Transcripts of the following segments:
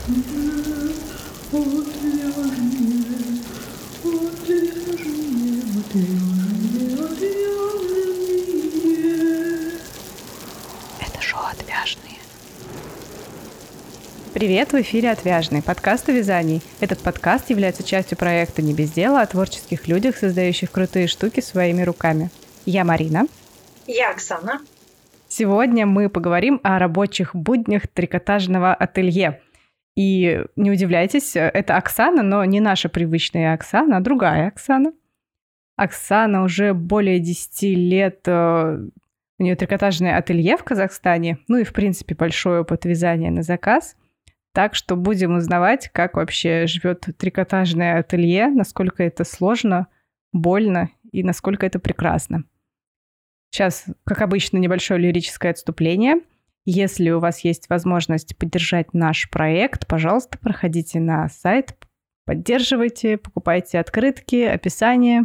Это шоу «Отвяжные». Привет, в эфире «Отвяжные», подкаст о вязании. Этот подкаст является частью проекта «Не без дела» о творческих людях, создающих крутые штуки своими руками. Я Марина. Я Оксана. Сегодня мы поговорим о рабочих буднях трикотажного ателье. И не удивляйтесь, это Оксана, но не наша привычная Оксана, а другая Оксана. Оксана уже более 10 лет, у нее трикотажное ателье в Казахстане, ну и, в принципе, большой опыт вязания на заказ. Так что будем узнавать, как вообще живет трикотажное ателье, насколько это сложно, больно и насколько это прекрасно. Сейчас, как обычно, небольшое лирическое отступление. Если у вас есть возможность поддержать наш проект, пожалуйста, проходите на сайт, поддерживайте, покупайте открытки, описание.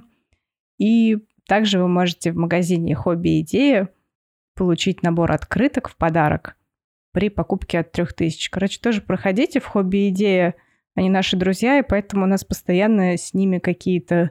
И также вы можете в магазине «Хобби Идея» получить набор открыток в подарок при покупке от 3000. Короче, тоже проходите в «Хобби Идея». Они наши друзья, и поэтому у нас постоянно с ними какие-то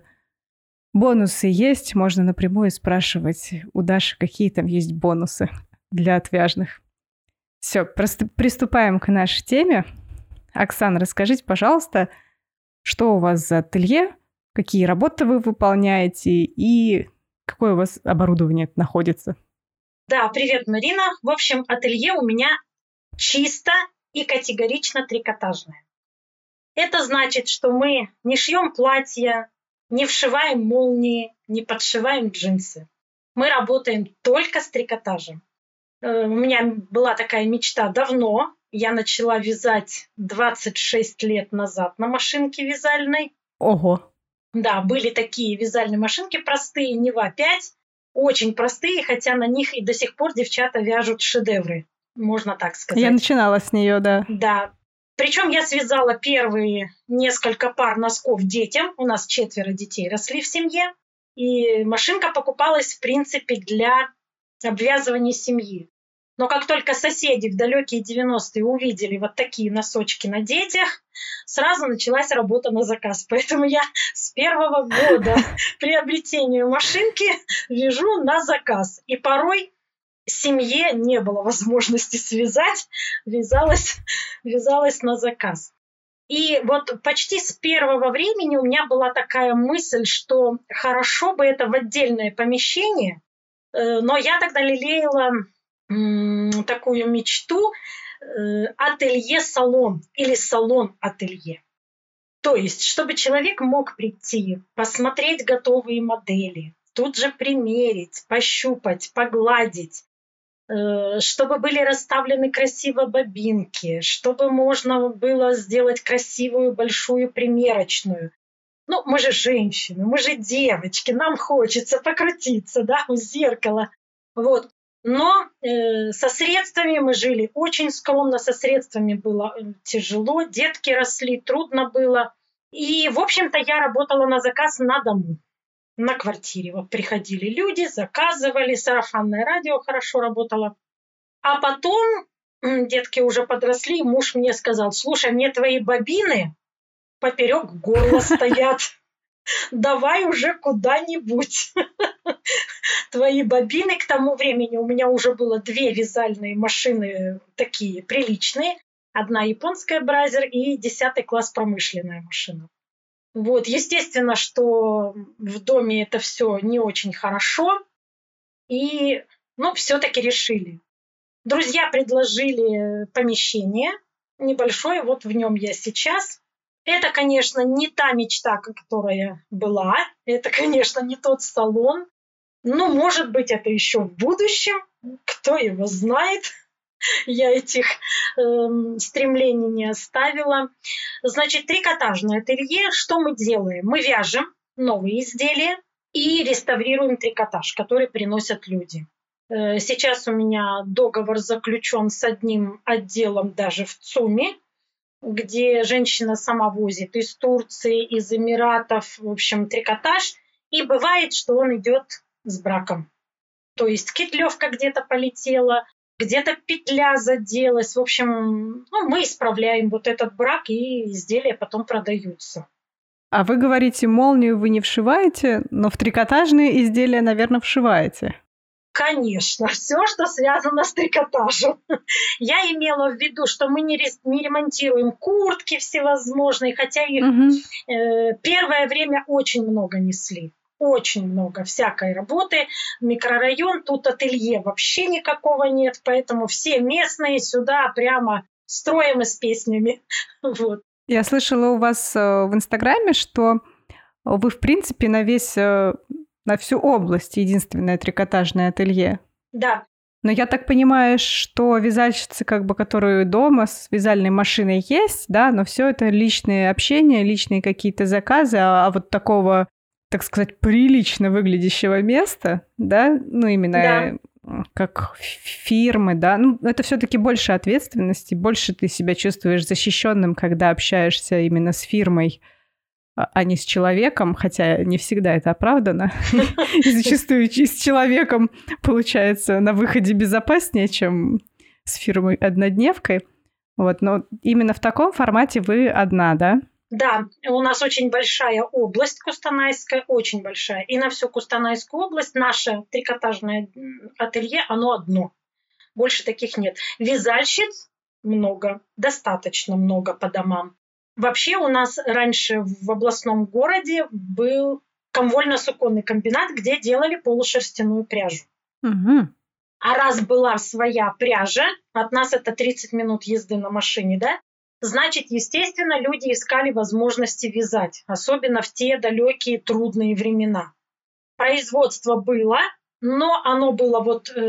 бонусы есть. Можно напрямую спрашивать у Даши, какие там есть бонусы для отвяжных. Все, просто приступаем к нашей теме. Оксана, расскажите, пожалуйста, что у вас за ателье, какие работы вы выполняете и какое у вас оборудование находится? Да, привет, Марина. В общем, ателье у меня чисто и категорично трикотажное. Это значит, что мы не шьем платья, не вшиваем молнии, не подшиваем джинсы. Мы работаем только с трикотажем. У меня была такая мечта давно. Я начала вязать 26 лет назад на машинке вязальной. Ого! Да, были такие вязальные машинки простые, Нева 5, очень простые, хотя на них и до сих пор девчата вяжут шедевры, можно так сказать. Я начинала с нее, да. Да. Причем я связала первые несколько пар носков детям. У нас 4 детей росли в семье. И машинка покупалась, в принципе, для обвязывания семьи. Но как только соседи в далекие 90-е увидели вот такие носочки на детях, сразу началась работа на заказ. Поэтому я с первого года приобретения машинки вяжу на заказ. И порой семье не было возможности связать, вязалась на заказ. И вот почти с первого времени у меня была такая мысль, что хорошо бы это в отдельное помещение, но я тогда лелеяла такую мечту ателье-салон или салон-ателье. То есть, чтобы человек мог прийти, посмотреть готовые модели, тут же примерить, пощупать, погладить, чтобы были расставлены красиво бобинки, чтобы можно было сделать красивую большую примерочную. Ну, мы же женщины, мы же девочки, нам хочется покрутиться, да, у зеркала. Вот. Но со средствами мы жили очень скромно, со средствами было тяжело, детки росли, трудно было. И, в общем-то, я работала на заказ на дому, на квартире. Вот приходили люди, заказывали, сарафанное радио хорошо работало. А потом детки уже подросли, муж мне сказал: слушай, мне твои бобины поперек горла стоят. Давай уже куда-нибудь. Твои бобины. К тому времени у меня уже было 2 вязальные машины такие приличные. Одна японская Бразер и 10 класс промышленная машина. Вот, естественно, что в доме это все не очень хорошо. И, все-таки решили. Друзья предложили помещение небольшое, вот в нем я сейчас. Это, конечно, не та мечта, которая была. Это, конечно, не тот салон. Но, может быть, это еще в будущем. Кто его знает. Я этих стремлений не оставила. Значит, трикотажное ателье. Что мы делаем? Мы вяжем новые изделия и реставрируем трикотаж, который приносят люди. Сейчас у меня договор заключен с одним отделом даже в ЦУМе, где женщина сама возит из Турции, из Эмиратов, в общем, трикотаж. И бывает, что он идет с браком. То есть кетлевка где-то полетела, где-то петля заделась. В общем, мы исправляем вот этот брак, и изделия потом продаются. А вы говорите, молнию вы не вшиваете, но в трикотажные изделия, наверное, вшиваете. Конечно, все, что связано с трикотажем. Я имела в виду, что мы не ремонтируем куртки всевозможные, хотя их первое время очень много несли. Очень много всякой работы. Микрорайон, тут ателье вообще никакого нет, поэтому все местные сюда прямо строим и с песнями. Вот. Я слышала у вас в Инстаграме, что вы, в принципе, на всю область единственное трикотажное ателье. Да. Но я так понимаю, что вязальщицы, которые дома с вязальной машиной есть, да, но все это личные общения, личные какие-то заказы, а вот такого, так сказать, прилично выглядящего места, да, именно как фирмы, да, это все-таки больше ответственности, больше ты себя чувствуешь защищенным, когда общаешься именно с фирмой, а не с человеком, хотя не всегда это оправдано. И зачастую с человеком получается на выходе безопаснее, чем с фирмой-однодневкой. Вот, но именно в таком формате вы одна, да? Да, у нас очень большая область Кустанайская, очень большая. И на всю Кустанайскую область наше трикотажное ателье, оно одно. Больше таких нет. Вязальщиц много, достаточно много по домам. Вообще у нас раньше в областном городе был комвольно-суконный комбинат, где делали полушерстяную пряжу. Угу. А раз была своя пряжа, от нас это 30 минут езды на машине, да, значит, естественно, люди искали возможности вязать, особенно в те далекие трудные времена. Производство было, но оно было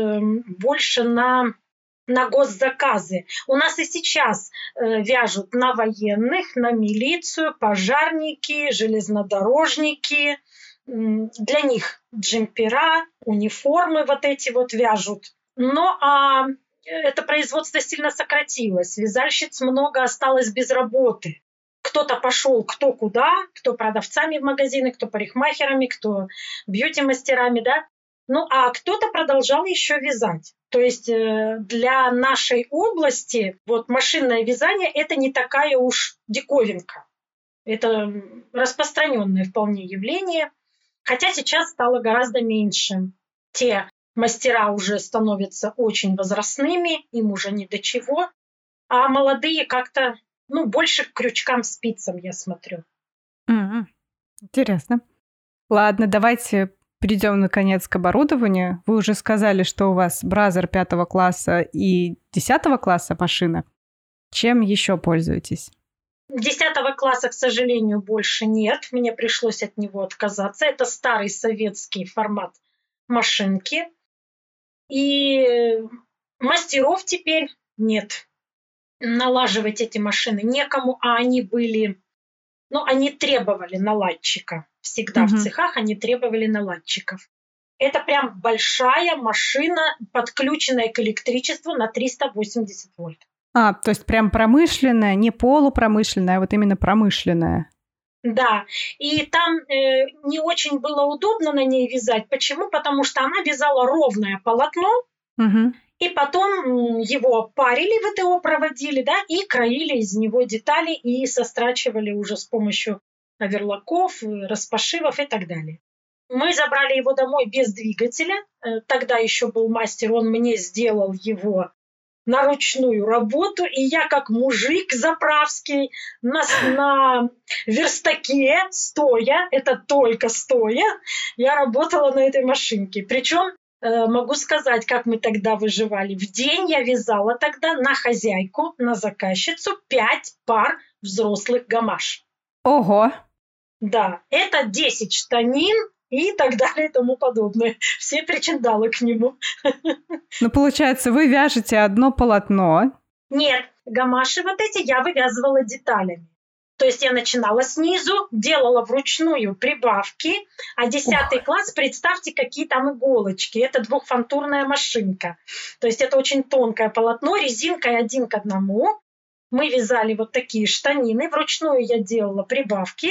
больше на госзаказы. У нас и сейчас вяжут на военных, на милицию, пожарники, железнодорожники. Для них джемпера, униформы эти вяжут. Но это производство сильно сократилось. Вязальщиц много осталось без работы. Кто-то пошел кто куда, кто продавцами в магазины, кто парикмахерами, кто бьюти-мастерами, да. А кто-то продолжал еще вязать. То есть для нашей области машинное вязание – это не такая уж диковинка. Это распространенное вполне явление. Хотя сейчас стало гораздо меньше. Те мастера уже становятся очень возрастными, им уже ни до чего. А молодые как-то, больше к крючкам, спицам, я смотрю. Интересно. Ладно, давайте перейдем, наконец, к оборудованию. Вы уже сказали, что у вас Бразер 5 класса и 10 класса машина. Чем еще пользуетесь? 10 класса, к сожалению, больше нет. Мне пришлось от него отказаться. Это старый советский формат машинки. И мастеров теперь нет. Налаживать эти машины некому, а они были... они требовали наладчика. Всегда в цехах они требовали наладчиков. Это прям большая машина, подключенная к электричеству на 380 вольт. То есть прям промышленная, не полупромышленная, а именно промышленная. Да, и там не очень было удобно на ней вязать. Почему? Потому что она вязала ровное полотно, и потом его парили, ВТО проводили, да, и краили из него детали и сострачивали уже с помощью оверлоков, распашивов и так далее. Мы забрали его домой без двигателя. Тогда еще был мастер, он мне сделал его на ручную работу, и я как мужик заправский на верстаке стоя, это только стоя, я работала на этой машинке. Причем могу сказать, как мы тогда выживали. В день я вязала тогда на хозяйку, на заказчицу 5 пар взрослых гамаш. Ого! Да, это 10 штанин и так далее и тому подобное. Все причиндалы к нему. Получается, вы вяжете одно полотно. Нет, гамаши эти я вывязывала деталями. То есть я начинала снизу, делала вручную прибавки, а 10 класс, представьте, какие там иголочки. Это двухфантурная машинка. То есть это очень тонкое полотно, резинкой 1 к 1. Мы вязали такие штанины, вручную я делала прибавки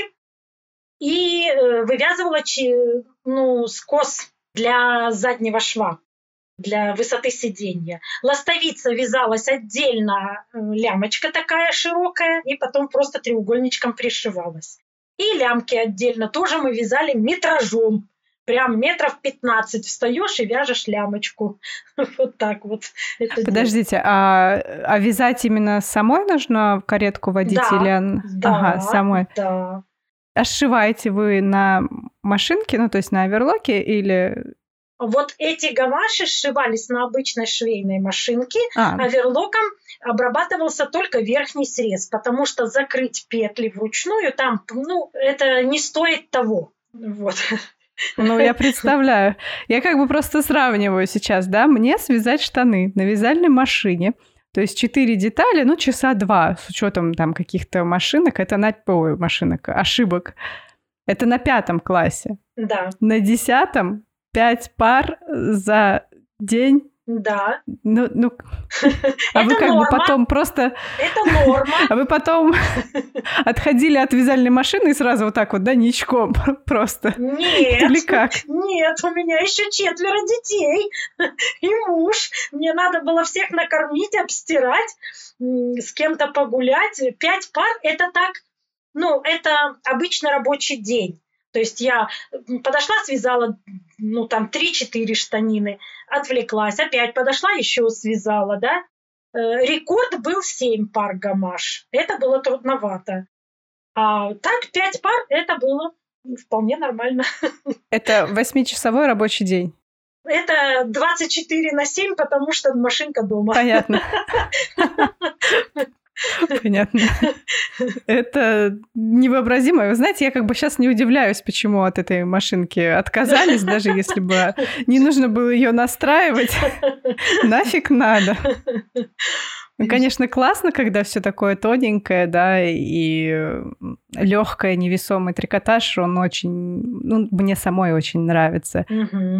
и вывязывала скос для заднего шва. для высоты сиденья. Ластовица вязалась отдельно, лямочка такая широкая, и потом просто треугольничком пришивалась. И лямки отдельно тоже мы вязали метражом. Прям метров 15 встаешь и вяжешь лямочку. Вот так вот. Подождите, а вязать именно самой нужно каретку водить? Да, или... да, самой. Да. А сшиваете вы на машинке, ну то есть на оверлоке или... Вот эти гамаши сшивались на обычной швейной машинке, оверлоком обрабатывался только верхний срез, потому что закрыть петли вручную там, это не стоит того. Вот. Ну, я представляю. Я как бы просто сравниваю сейчас, да, мне связать штаны на вязальной машине, то есть 4 детали, часа 2, с учетом там каких-то машинок, ошибок. Это на 5 классе. Да. На 10 5 пар за день. Да. А вы как бы потом просто... Это норма. А вы потом отходили от вязальной машины и сразу вот так вот, да, ничком просто? Нет. Или как? Нет, у меня еще 4 детей и муж. Мне надо было всех накормить, обстирать, с кем-то погулять. 5 пар — это так, это обычный рабочий день. То есть я подошла, связала, 3-4 штанины, отвлеклась, опять подошла, еще связала, да. Рекорд был 7 пар гамаш. Это было трудновато. А так 5 пар — это было вполне нормально. Это 8-часовой рабочий день? Это 24/7, потому что машинка дома. Понятно. Понятно. Это невообразимо. Вы знаете, я как бы сейчас не удивляюсь, почему от этой машинки отказались, даже если бы не нужно было ее настраивать. Нафиг надо. Конечно, классно, когда все такое тоненькое, да, и легкое, невесомый трикотаж, он очень, мне самой очень нравится.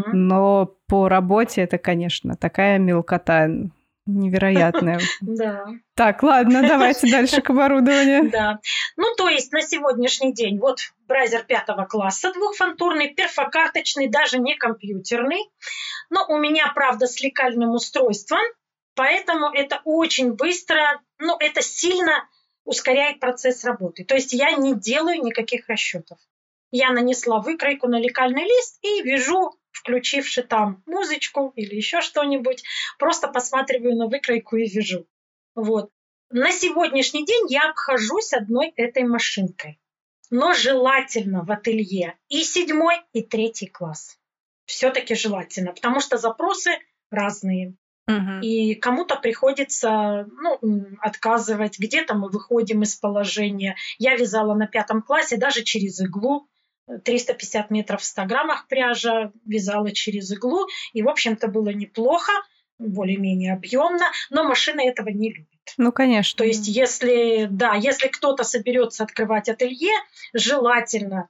Но по работе это, конечно, такая мелкота невероятная. Да. Так, ладно, давайте дальше к оборудованию. Да. То есть на сегодняшний день вот Бразер 5 класса, двухфантурный, перфокарточный, даже не компьютерный. Но у меня, правда, с лекальным устройством, поэтому это очень быстро, это сильно ускоряет процесс работы. То есть я не делаю никаких расчетов. Я нанесла выкройку на лекальный лист и вяжу, включивши там музычку или еще что-нибудь, просто посматриваю на выкройку и вяжу. Вот. На сегодняшний день я обхожусь одной этой машинкой. Но желательно в ателье и 7, и 3 класс. Все-таки желательно, потому что запросы разные. И кому-то приходится отказывать, где-то мы выходим из положения. Я вязала на 5 классе даже через иглу. 350 метров в 100 граммах пряжа, вязала через иглу. И, в общем-то, было неплохо, более-менее объемно, но машина этого не любит. Конечно. То есть, если кто-то соберется открывать ателье, желательно,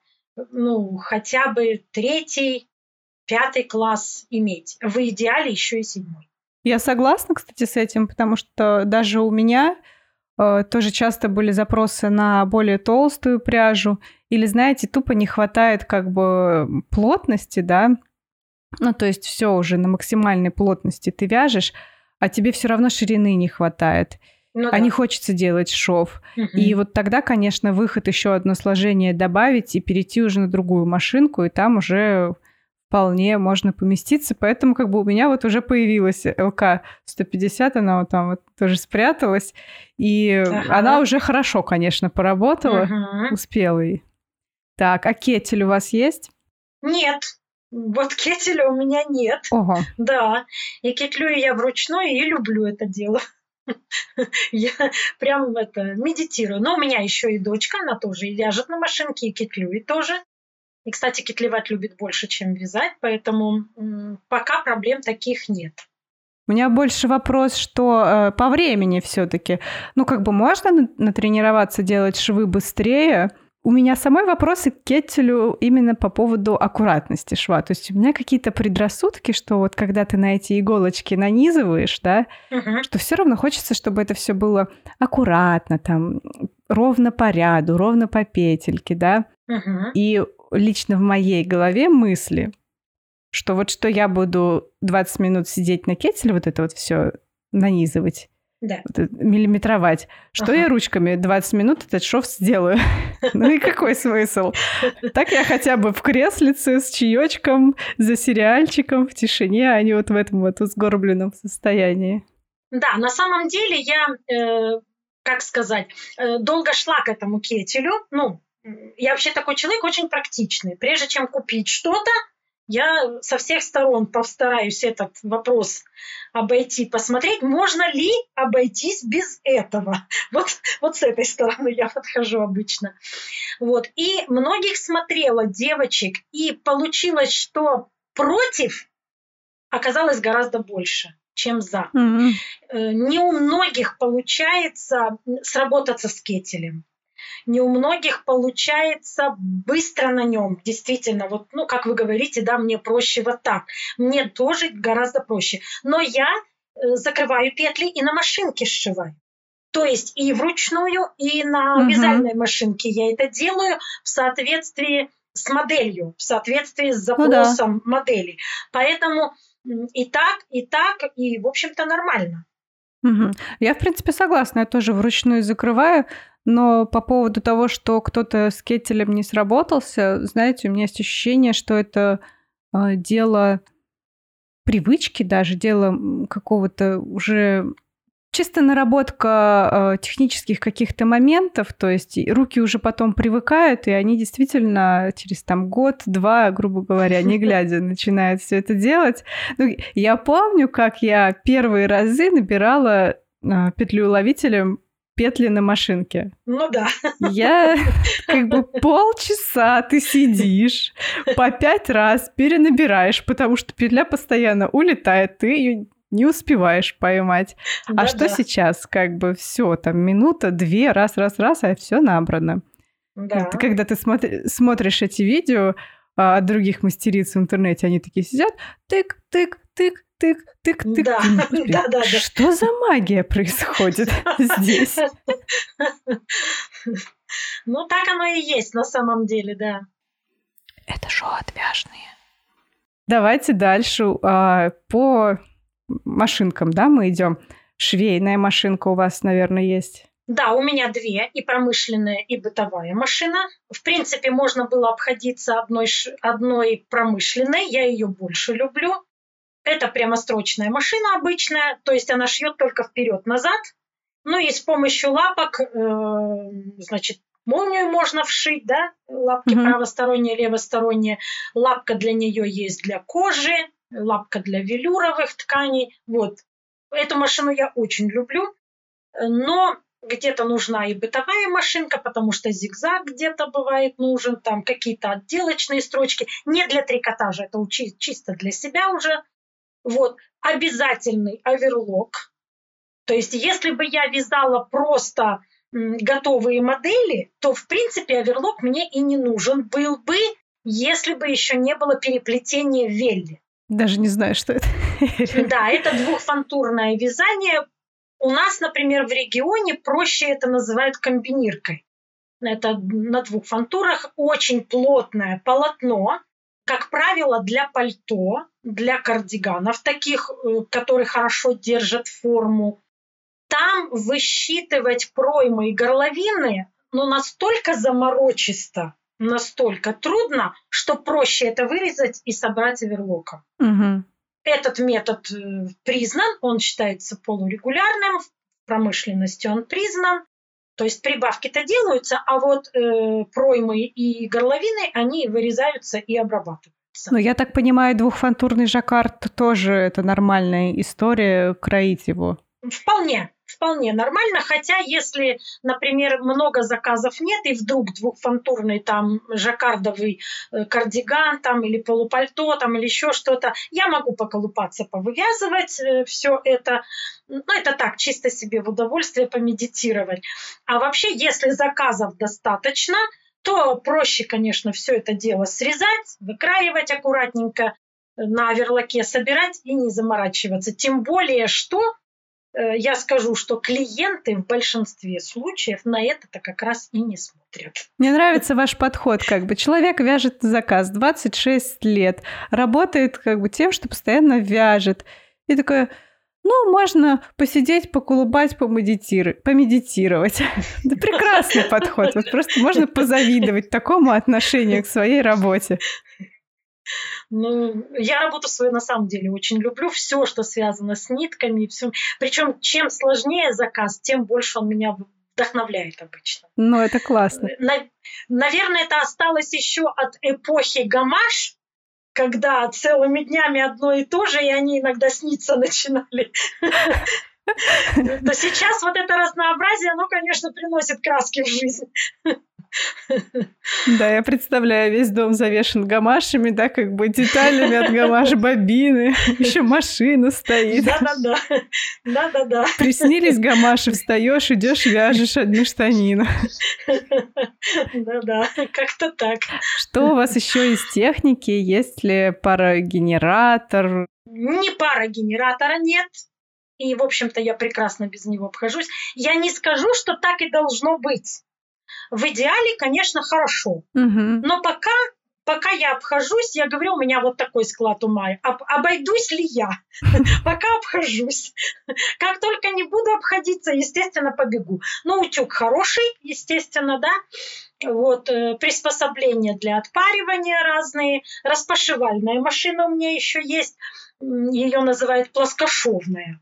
хотя бы 3, 5 класс иметь. В идеале еще и 7. Я согласна, кстати, с этим, потому что даже у меня тоже часто были запросы на более толстую пряжу. Или, знаете, тупо не хватает как бы плотности, да? То есть все уже на максимальной плотности ты вяжешь, а тебе все равно ширины не хватает. Не хочется делать шов. И вот тогда, конечно, выход еще одно сложение добавить и перейти уже на другую машинку, и там уже вполне можно поместиться. Поэтому как бы у меня вот уже появилась ЛК-150, она вот там вот тоже спряталась, и она уже хорошо, конечно, поработала, успела ей. Так, а кетель у вас есть? Нет. Вот кетеля у меня нет. Ого. Да. И кетлю я вручную, и люблю это дело. Я прям медитирую. Но у меня еще и дочка, она тоже и вяжет на машинке, и кетлюет тоже. И, кстати, кетлевать любит больше, чем вязать, поэтому пока проблем таких нет. У меня больше вопрос, что по времени все-таки. Можно натренироваться делать швы быстрее. У меня самой вопросы к кетелю именно по поводу аккуратности шва. То есть у меня какие-то предрассудки, что вот когда ты на эти иголочки нанизываешь, да, что все равно хочется, чтобы это все было аккуратно, там, ровно по ряду, ровно по петельке, да. И лично в моей голове мысли, что вот что я буду 20 минут сидеть на кетеле, вот это вот все нанизывать, Да. вот это, миллиметровать, что я ручками 20 минут этот шов сделаю. Ну и какой смысл? Так я хотя бы в креслице с чаечком, за сериальчиком, в тишине, а не вот в этом вот сгорбленном состоянии. Да, на самом деле я, как сказать, долго шла к этому кетелю. Ну, я вообще такой человек очень практичный. Прежде чем купить что-то, я со всех сторон постараюсь этот вопрос обойти, посмотреть, можно ли обойтись без этого. Вот с этой стороны я подхожу обычно. Вот. И многих смотрела девочек, и получилось, что против оказалось гораздо больше, чем за. Не у многих получается сработаться с кетелем. Не у многих получается быстро на нем. Действительно, вот, ну, как вы говорите, да, мне проще вот так. Мне тоже гораздо проще. Но я закрываю петли и на машинке сшиваю. То есть и вручную, и на вязальной машинке я это делаю в соответствии с моделью, в соответствии с запросом модели. Поэтому и так, и, в общем-то, нормально. Я, в принципе, согласна. Я тоже вручную закрываю. Но по поводу того, что кто-то с кетелем не сработался, знаете, у меня есть ощущение, что это дело привычки даже, дело какого-то уже чисто наработка технических каких-то моментов, то есть руки уже потом привыкают, и они действительно через там год-два, грубо говоря, не глядя, начинают все это делать. Ну, я помню, как я первые разы набирала петлеуловителем петли на машинке. Ну да. Я как бы полчаса ты сидишь, по 5 раз перенабираешь, потому что петля постоянно улетает, ты ее не успеваешь поймать. А что сейчас? Как бы все, там минута, 2, раз, а все набрано. Да. Ты, когда ты смотришь эти видео от других мастериц в интернете, они такие сидят, тык-тык-тык, тык-тык-тык. Да. Что за магия происходит здесь? Ну, так оно и есть на самом деле, да. Это шоу отвяжные. Давайте дальше по машинкам, да, мы идем. Швейная машинка у вас, наверное, есть. Да, у меня 2, и промышленная, и бытовая машина. В принципе, можно было обходиться одной промышленной, я ее больше люблю. Это прямострочная машина обычная, то есть она шьет только вперед-назад. Ну и с помощью лапок, значит, молнию можно вшить, да, лапки правосторонние, левосторонние. Лапка для нее есть для кожи, лапка для велюровых тканей. Вот. Эту машину я очень люблю, но где-то нужна и бытовая машинка, потому что зигзаг где-то бывает нужен, там какие-то отделочные строчки. Не для трикотажа, это чисто для себя уже. Вот. Обязательный оверлок. То есть если бы я вязала просто готовые модели, то, в принципе, оверлок мне и не нужен был бы, если бы еще не было переплетения велли. Даже не знаю, что это. Да, это двухфантурное вязание. У нас, например, в регионе проще это называют комбиниркой. Это на 2 фантурах очень плотное полотно, как правило, для пальто, для кардиганов таких, которые хорошо держат форму. Там высчитывать проймы и горловины, настолько заморочисто, настолько трудно, что проще это вырезать и собрать оверлоком. Этот метод признан, он считается полурегулярным, в промышленности он признан. То есть прибавки-то делаются, а вот проймы и горловины, они вырезаются и обрабатываются. Ну, я так понимаю, двухфантурный жаккард тоже это нормальная история, кроить его. Вполне нормально, хотя если, например, много заказов нет, и вдруг двухфантурный там жаккардовый кардиган там, или полупальто там, или еще что-то, я могу поколупаться, повывязывать все это. Это так, чисто себе в удовольствие помедитировать. А вообще, если заказов достаточно, то проще, конечно, все это дело срезать, выкраивать аккуратненько, на оверлоке собирать и не заморачиваться. Тем более, что я скажу, что клиенты в большинстве случаев на это-то как раз и не смотрят. Мне нравится ваш подход, как бы человек вяжет заказ 26 лет, работает как бы тем, что постоянно вяжет. И такое, ну, можно посидеть, покулыбать, помедитировать. Да прекрасный подход. Вот просто можно позавидовать такому отношению к своей работе. Ну, я работу свою на самом деле очень люблю. Все, что связано с нитками. Причем, чем сложнее заказ, тем больше он меня вдохновляет обычно. Ну, это классно. Наверное, это осталось еще от эпохи гамаш, когда целыми днями одно и то же, и они иногда сниться начинали. То сейчас вот это разнообразие, оно, конечно, приносит краски в жизнь. Да, я представляю, весь дом завешен гамашами, да, как бы деталями от гамаш, бобины, еще машина стоит. Да. Приснились гамаши, встаешь, идешь, вяжешь одну штанину. Да, как-то так. Что у вас еще из техники? Есть ли парогенератор? Ни парогенератора нет. И, в общем-то, я прекрасно без него обхожусь. Я не скажу, что так и должно быть. В идеале, конечно, хорошо. Но пока я обхожусь, я говорю, у меня вот такой склад ума. Обойдусь ли я? Пока обхожусь. Как только не буду обходиться, естественно, побегу. Но утюг хороший, естественно, да. Вот, приспособления для отпаривания разные. Распашивальная машина у меня еще есть. Ее называют плоскошовная.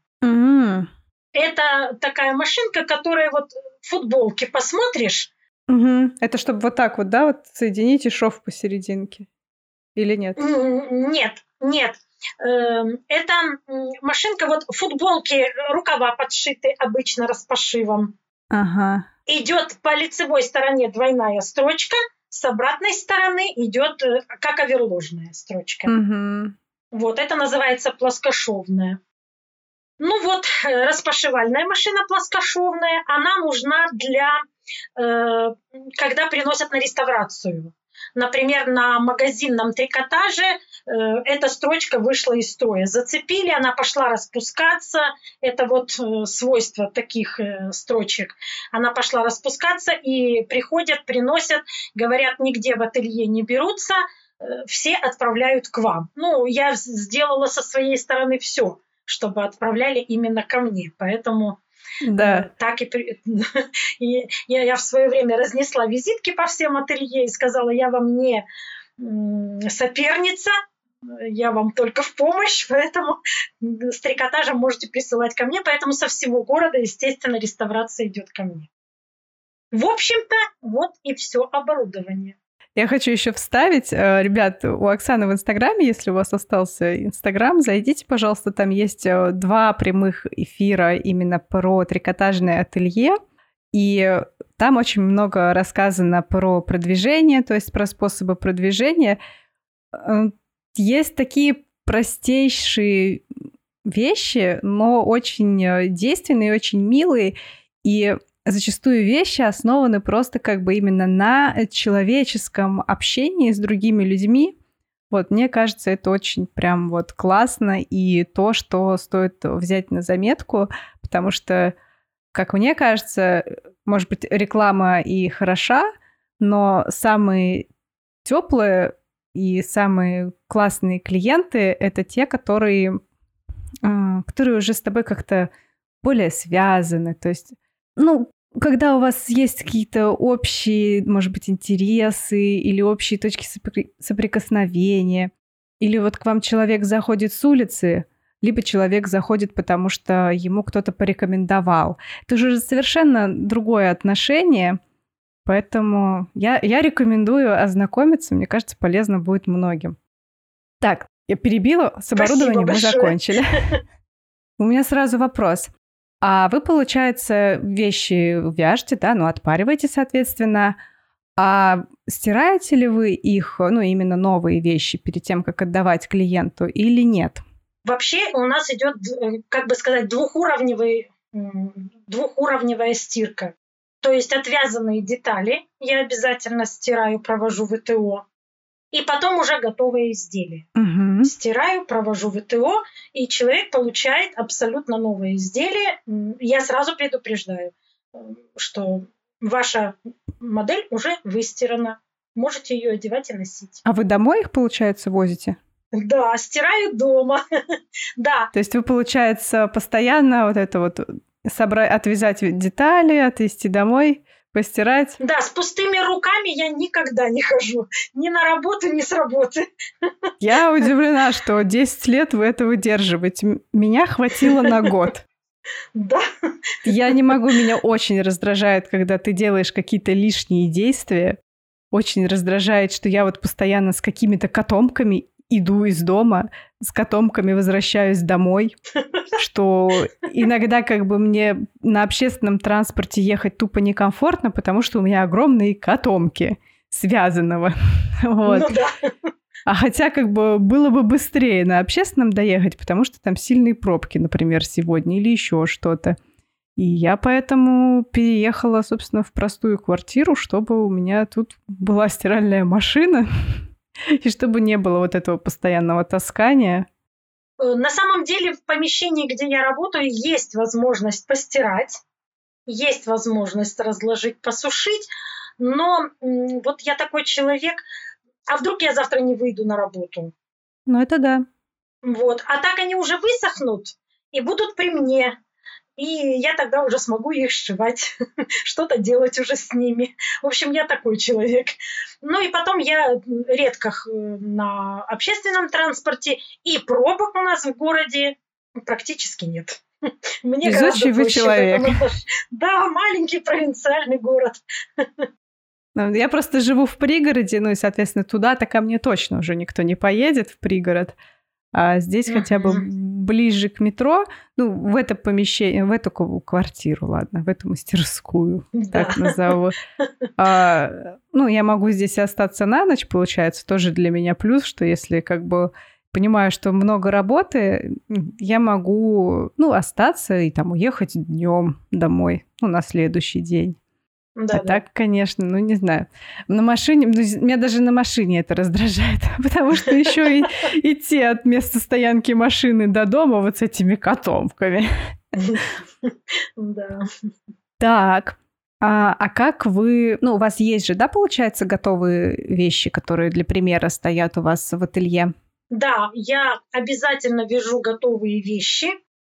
Это такая машинка, которая вот в футболке посмотришь. Это чтобы вот так вот, да, вот соединить и шов посерединке? Или нет? Нет. Это машинка, вот в футболке рукава подшиты обычно распашивом. Ага. Идет по лицевой стороне двойная строчка, с обратной стороны идет как оверложная строчка. Вот, это называется плоскошовная. Ну вот, распашивальная машина плоскошовная, она нужна для, когда приносят на реставрацию. Например, на магазинном трикотаже эта строчка вышла из строя. Зацепили, она пошла распускаться. Это вот свойство таких строчек. Она пошла распускаться, и приходят, приносят, говорят, нигде в ателье не берутся, все отправляют к вам. Ну, я сделала со своей стороны все, чтобы отправляли именно ко мне. Поэтому да. Так и я в свое время разнесла визитки по всем ателье и сказала, я вам не соперница, я вам только в помощь, поэтому с трикотажем можете присылать ко мне, поэтому со всего города, естественно, реставрация идет ко мне. В общем-то, вот и все оборудование. Я хочу еще вставить, ребят, у Оксаны в Инстаграме, если у вас остался Инстаграм, зайдите, пожалуйста, там есть 2 прямых эфира именно про трикотажное ателье, и там очень много рассказано про продвижение, то есть про способы продвижения. Есть такие простейшие вещи, но очень действенные, очень милые, и зачастую вещи основаны просто как бы именно на человеческом общении с другими людьми. Вот, мне кажется, это очень прям вот классно и то, что стоит взять на заметку, потому что, как мне кажется, может быть, реклама и хороша, но самые теплые и самые классные клиенты — это те, которые уже с тобой как-то более связаны. То есть, когда у вас есть какие-то общие, может быть, интересы или общие точки соприкосновения, или вот к вам человек заходит с улицы, либо человек заходит, потому что ему кто-то порекомендовал. Это уже совершенно другое отношение, поэтому я рекомендую ознакомиться, мне кажется, полезно будет многим. Так, я перебила, с оборудованием мы закончили. У меня сразу вопрос. А вы, получается, вещи вяжете, да, отпариваете, соответственно. А стираете ли вы их, именно новые вещи, перед тем, как отдавать клиенту, или нет? Вообще у нас идет, как бы сказать, двухуровневая стирка. То есть отвязанные детали я обязательно стираю, провожу ВТО. и потом уже готовое изделие. Стираю, провожу ВТО, и человек получает абсолютно новое изделие. Я сразу предупреждаю, что ваша модель уже выстирана. Можете ее одевать и носить. А вы домой их, получается, возите? Да, стираю дома. Да. То есть вы, получается, постоянно вот это вот отвязать детали, отвезти домой, постирать? Да, с пустыми руками я никогда не хожу. Ни на работу, ни с работы. Я удивлена, что 10 лет вы это выдерживаете. Меня хватило на год. Да. Я не могу, меня очень раздражает, когда ты делаешь какие-то лишние действия. Очень раздражает, что я вот постоянно с какими-то котомками иду из дома, с котомками возвращаюсь домой, что иногда как бы мне на общественном транспорте ехать тупо некомфортно, потому что у меня огромные котомки связанного. Вот. Ну да. А хотя как бы было бы быстрее на общественном доехать, потому что там сильные пробки, например, сегодня или еще что-то. И я поэтому переехала, собственно, в простую квартиру, чтобы у меня тут была стиральная машина, и чтобы не было вот этого постоянного таскания. На самом деле в помещении, где я работаю, есть возможность постирать, есть возможность разложить, посушить, но вот я такой человек, а вдруг я завтра не выйду на работу? Ну, это да. Вот. А так они уже высохнут и будут при мне. И я тогда уже смогу их сшивать, что-то делать уже с ними. В общем, я такой человек. Ну и потом я редко на общественном транспорте, и пробок у нас в городе практически нет. Мне везучий вы человек. Да, маленький провинциальный город. Я просто живу в пригороде, ну и, соответственно, туда-то ко мне точно уже никто не поедет в пригород. А здесь хотя бы ближе к метро, ну, в это помещение, в эту квартиру, ладно, в эту мастерскую, так назову. Ну, я могу здесь остаться на ночь, получается, тоже для меня плюс, что если как бы понимаю, что много работы, я могу, ну, остаться и там уехать днем домой, ну, на следующий день. Да, так, конечно, ну не знаю. На машине, меня даже на машине это раздражает, потому что еще и идти от места стоянки машины до дома вот с этими котомками. Да. Так, а как вы... Ну, у вас есть же, да, получается, готовые вещи, которые для примера стоят у вас в ателье? Да, я обязательно вяжу готовые вещи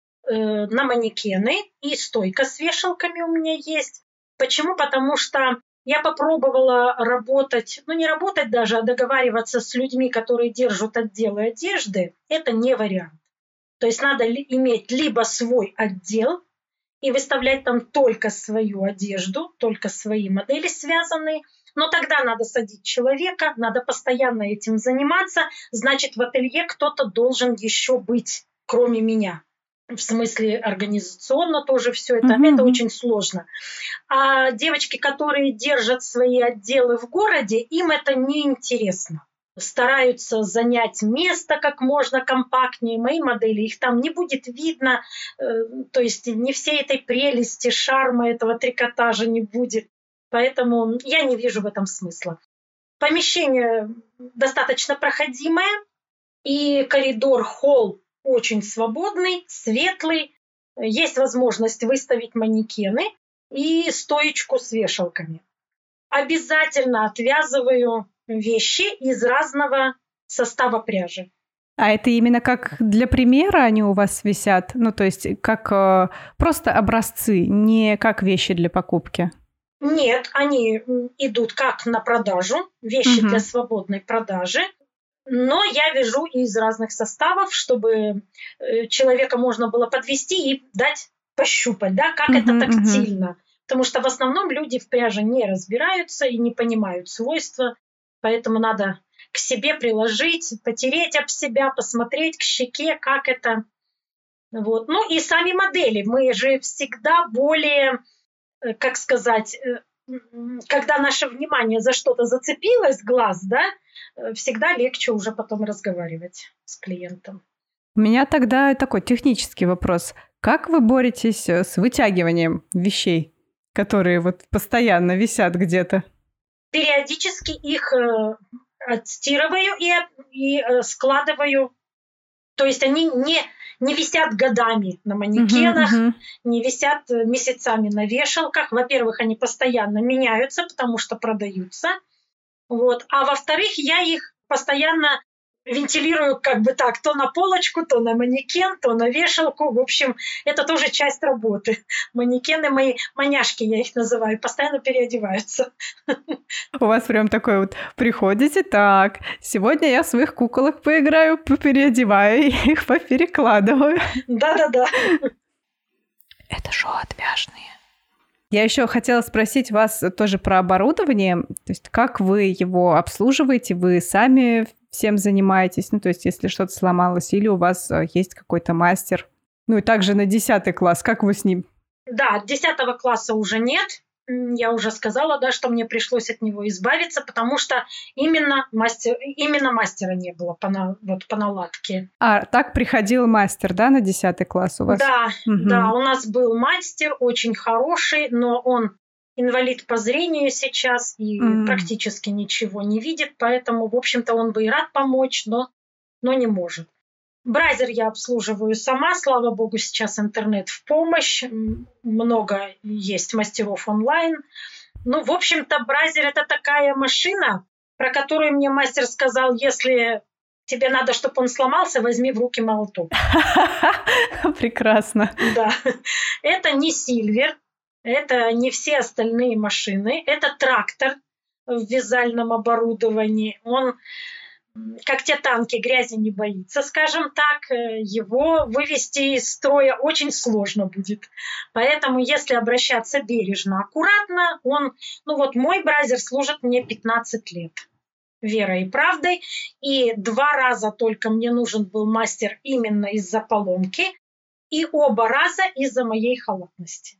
на манекены, и стойка с вешалками у меня есть. Почему? Потому что я попробовала работать, ну не работать даже, а договариваться с людьми, которые держат отделы одежды. Это не вариант. То есть надо иметь либо свой отдел и выставлять там только свою одежду, только свои модели связанные. Но тогда надо садить человека, надо постоянно этим заниматься. Значит, в ателье кто-то должен еще быть, кроме меня. В смысле организационно тоже все это. Это очень сложно. А девочки, которые держат свои отделы в городе, им это неинтересно. Стараются занять место как можно компактнее. Мои модели, их там не будет видно. То есть не всей этой прелести, шарма этого трикотажа не будет. Поэтому я не вижу в этом смысла. Помещение достаточно проходимое. И коридор, холл очень свободный, светлый. Есть возможность выставить манекены и стоечку с вешалками. Обязательно отвязываю вещи из разного состава пряжи. А это именно как для примера они у вас висят? Ну, то есть как просто образцы, не как вещи для покупки? Нет, они идут как на продажу, вещи для свободной продажи. Но я вяжу из разных составов, чтобы человека можно было подвести и дать пощупать, да, как это тактильно. Потому что в основном люди в пряже не разбираются и не понимают свойства, поэтому надо к себе приложить, потереть об себя, посмотреть к щеке, как это. Вот. Ну и сами модели. Мы же всегда более, как сказать, когда наше внимание за что-то зацепилось, глаз, да, всегда легче уже потом разговаривать с клиентом. У меня тогда такой технический вопрос. Как вы боретесь с вытягиванием вещей, которые вот постоянно висят где-то? Периодически их отстирываю и складываю. То есть они не висят годами на манекенах, не висят месяцами на вешалках. Во-первых, они постоянно меняются, потому что продаются. Вот. А во-вторых, я их постоянно вентилирую как бы так, то на полочку, то на манекен, то на вешалку. В общем, это тоже часть работы. Манекены мои, маняшки я их называю, постоянно переодеваются. У вас прям такой вот, приходите, так, сегодня я в своих куколок поиграю, попереодеваю их, поперекладываю. Да-да-да. Это шоу отвяжные. Я еще хотела спросить вас тоже про оборудование. То есть как вы его обслуживаете? Вы сами всем занимаетесь? Ну, то есть если что-то сломалось, или у вас есть какой-то мастер? Ну, и также на 10 класс. Как вы с ним? Да, 10 класса уже нет. Я уже сказала, да, что мне пришлось от него избавиться, потому что именно мастера не было по наладке. А, так приходил мастер, да, на 10 класс у вас? Да, да, у нас был мастер, очень хороший, но он инвалид по зрению сейчас и практически ничего не видит, поэтому, в общем-то, он бы и рад помочь, но не может. Бразер я обслуживаю сама, слава богу, сейчас интернет в помощь, много есть мастеров онлайн. Ну, в общем-то, Бразер — это такая машина, про которую мне мастер сказал, если тебе надо, чтобы он сломался, возьми в руки молоток. Прекрасно. Да, это не Сильвер, это не все остальные машины, это трактор в вязальном оборудовании, он... Как те танки, грязи не боится, скажем так, его вывести из строя очень сложно будет. Поэтому, если обращаться бережно, аккуратно, мой Бразер служит мне 15 лет. Верой и правдой. И 2 раза только мне нужен был мастер именно из-за поломки, и оба раза из-за моей халатности.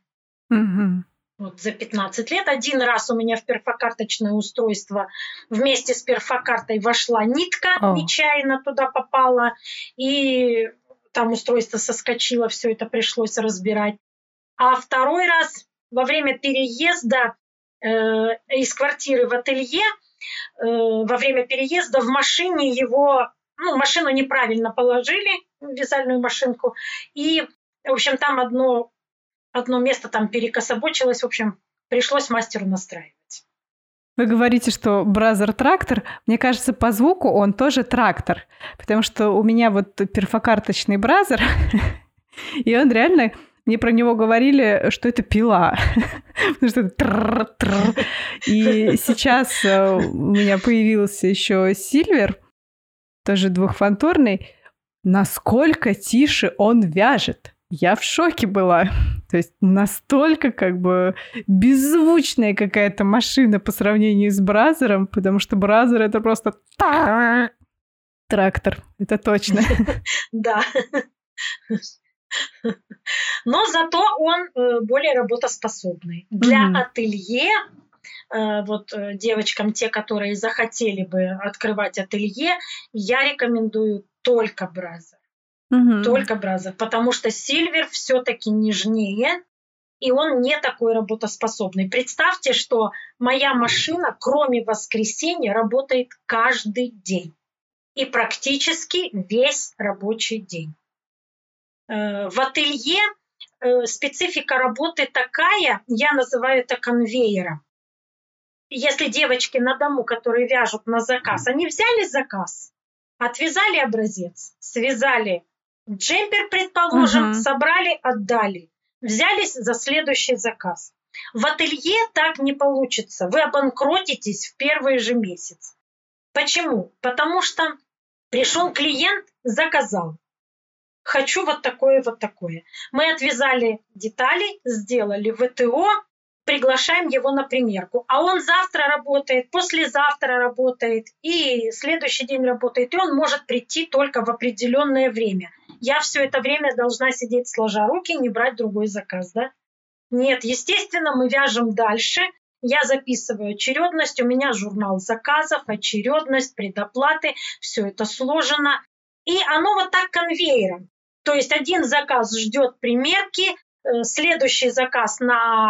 Вот за 15 лет. 1 раз у меня в перфокарточное устройство вместе с перфокартой вошла нитка, нечаянно туда попала, и там устройство соскочило, все это пришлось разбирать. А 2 раз во время переезда из квартиры в ателье, во время переезда в машине машину неправильно положили, вязальную машинку, и, в общем, там одно место там перекособочилось, в общем, пришлось мастеру настраивать. Вы говорите, что Бразер трактор. Мне кажется, по звуку он тоже трактор, потому что у меня вот перфокарточный Бразер, и он реально... Мне про него говорили, что это пила. Потому что это И сейчас у меня появился еще Сильвер, тоже двухфанторный. Насколько тише он вяжет. Я в шоке была. То есть настолько как бы беззвучная какая-то машина по сравнению с Бразером, потому что Бразер — это просто трактор. Это точно. Да. Но зато он более работоспособный. Для ателье, девочкам, те, которые захотели бы открывать ателье, я рекомендую только Бразер. Только Бразер, потому что Сильвер все-таки нежнее, и он не такой работоспособный. Представьте, что моя машина, кроме воскресенья, работает каждый день. И практически весь рабочий день. В ателье специфика работы такая, я называю это конвейером. Если девочки на дому, которые вяжут на заказ, они взяли заказ, отвязали образец, связали джемпер, предположим, собрали, отдали, взялись за следующий заказ. В ателье так не получится, вы обанкротитесь в первый же месяц. Почему? Потому что пришел клиент, заказал. Хочу вот такое, вот такое. Мы отвязали детали, сделали ВТО, приглашаем его на примерку. А он завтра работает, послезавтра работает, и следующий день работает, и он может прийти только в определенное время. Я все это время должна сидеть сложа руки, не брать другой заказ, да? Нет, естественно, мы вяжем дальше. Я записываю очередность, у меня журнал заказов, очередность, предоплаты, все это сложено. И оно вот так конвейером. То есть один заказ ждет примерки, следующий заказ на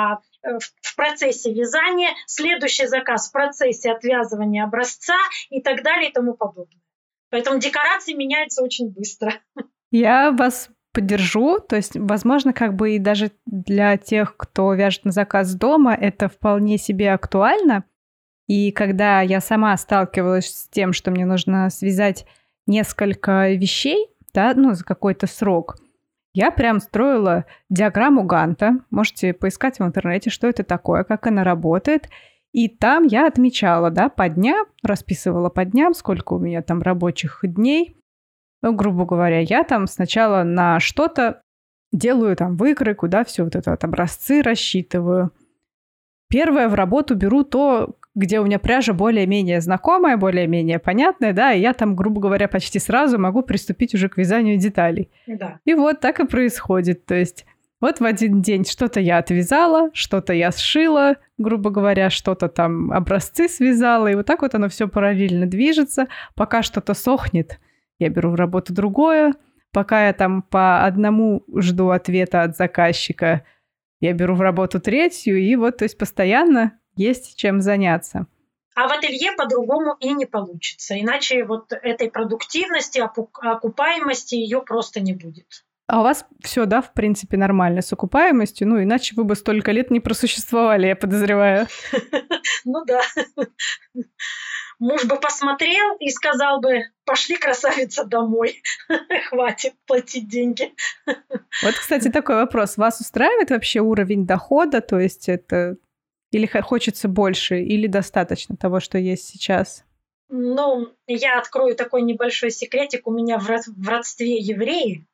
в процессе вязания, следующий заказ в процессе отвязывания образца и так далее и тому подобное. Поэтому декорации меняются очень быстро. Я вас поддержу, то есть, возможно, как бы и даже для тех, кто вяжет на заказ дома, это вполне себе актуально. И когда я сама сталкивалась с тем, что мне нужно связать несколько вещей, да, ну, за какой-то срок, я прям строила диаграмму Ганта. Можете поискать в интернете, что это такое, как она работает. И там я отмечала, да, по дням, расписывала по дням, сколько у меня там рабочих дней. Ну, грубо говоря, я там сначала на что-то делаю там выкройку, да, все вот это вот образцы рассчитываю. Первое в работу беру то, где у меня пряжа более-менее знакомая, более-менее понятная, да, и я там, грубо говоря, почти сразу могу приступить уже к вязанию деталей. Да. И вот так и происходит. То есть вот в один день что-то я отвязала, что-то я сшила, грубо говоря, что-то там образцы связала, и вот так вот оно все параллельно движется. Пока что-то сохнет, я беру в работу другое. Пока я там по одному жду ответа от заказчика, я беру в работу третью, и вот, то есть постоянно есть чем заняться. А в ателье по-другому и не получится. Иначе вот этой продуктивности, окупаемости ее просто не будет. А у вас все, да, в принципе, нормально с окупаемостью? Ну, иначе вы бы столько лет не просуществовали, я подозреваю. Ну да. Муж бы посмотрел и сказал бы: пошли, красавица, домой. Хватит платить деньги. Вот, кстати, такой вопрос. Вас устраивает вообще уровень дохода? То есть это... Или хочется больше, или достаточно того, что есть сейчас? Ну, я открою такой небольшой секретик. У меня в родстве евреи.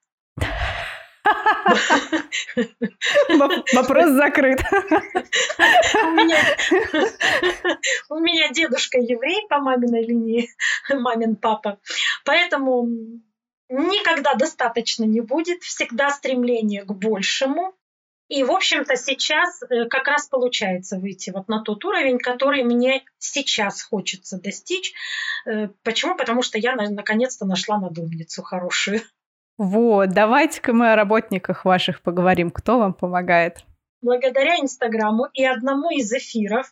Вопрос закрыт. У меня дедушка еврей по маминой линии, мамин папа. Поэтому никогда достаточно не будет. Всегда стремление к большему. И, в общем-то, сейчас как раз получается выйти вот на тот уровень, который мне сейчас хочется достичь. Почему? Потому что я наконец-то нашла надумницу хорошую. Вот, давайте-ка мы о работниках ваших поговорим. Кто вам помогает? Благодаря Инстаграму и одному из эфиров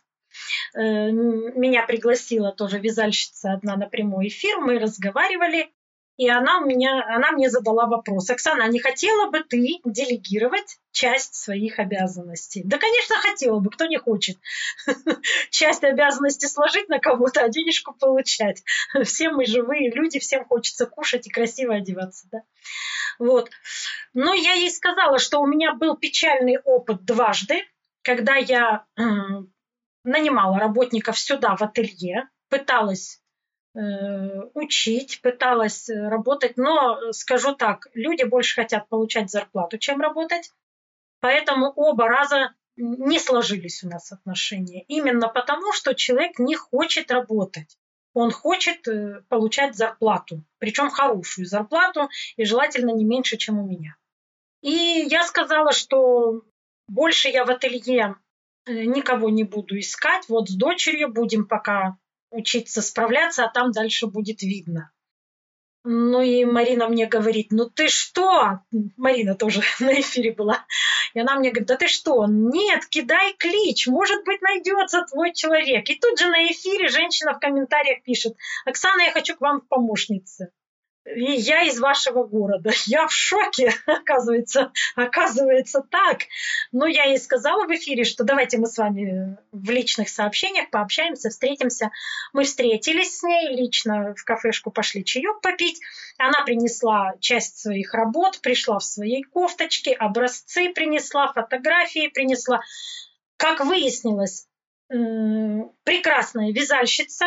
меня пригласила тоже вязальщица одна на прямой эфир, мы разговаривали, и она мне задала вопрос: Оксана, а не хотела бы ты делегировать часть своих обязанностей? Да, конечно, хотела бы, кто не хочет часть обязанностей сложить на кого-то, а денежку получать. Все мы живые люди, всем хочется кушать и красиво одеваться, да? Вот. Но я ей сказала, что у меня был печальный опыт дважды, когда я нанимала работников сюда, в ателье, пыталась учить, пыталась работать, но, скажу так, люди больше хотят получать зарплату, чем работать, поэтому оба раза не сложились у нас отношения. Именно потому, что человек не хочет работать. Он хочет получать зарплату, причем хорошую зарплату, и желательно не меньше, чем у меня. И я сказала, что больше я в ателье никого не буду искать, вот с дочерью будем пока учиться справляться, а там дальше будет видно. Ну и Марина мне говорит: ну ты что? Марина тоже на эфире была. И она мне говорит: да ты что? Нет, кидай клич, может быть, найдется твой человек. И тут же на эфире женщина в комментариях пишет: Оксана, я хочу к вам в помощнице. И я из вашего города. Я в шоке, оказывается так. Но я ей сказала в эфире, что давайте мы с вами в личных сообщениях пообщаемся, встретимся. Мы встретились с ней, лично в кафешку пошли чаек попить. Она принесла часть своих работ, пришла в своей кофточке, образцы принесла, фотографии принесла. Как выяснилось, прекрасная вязальщица,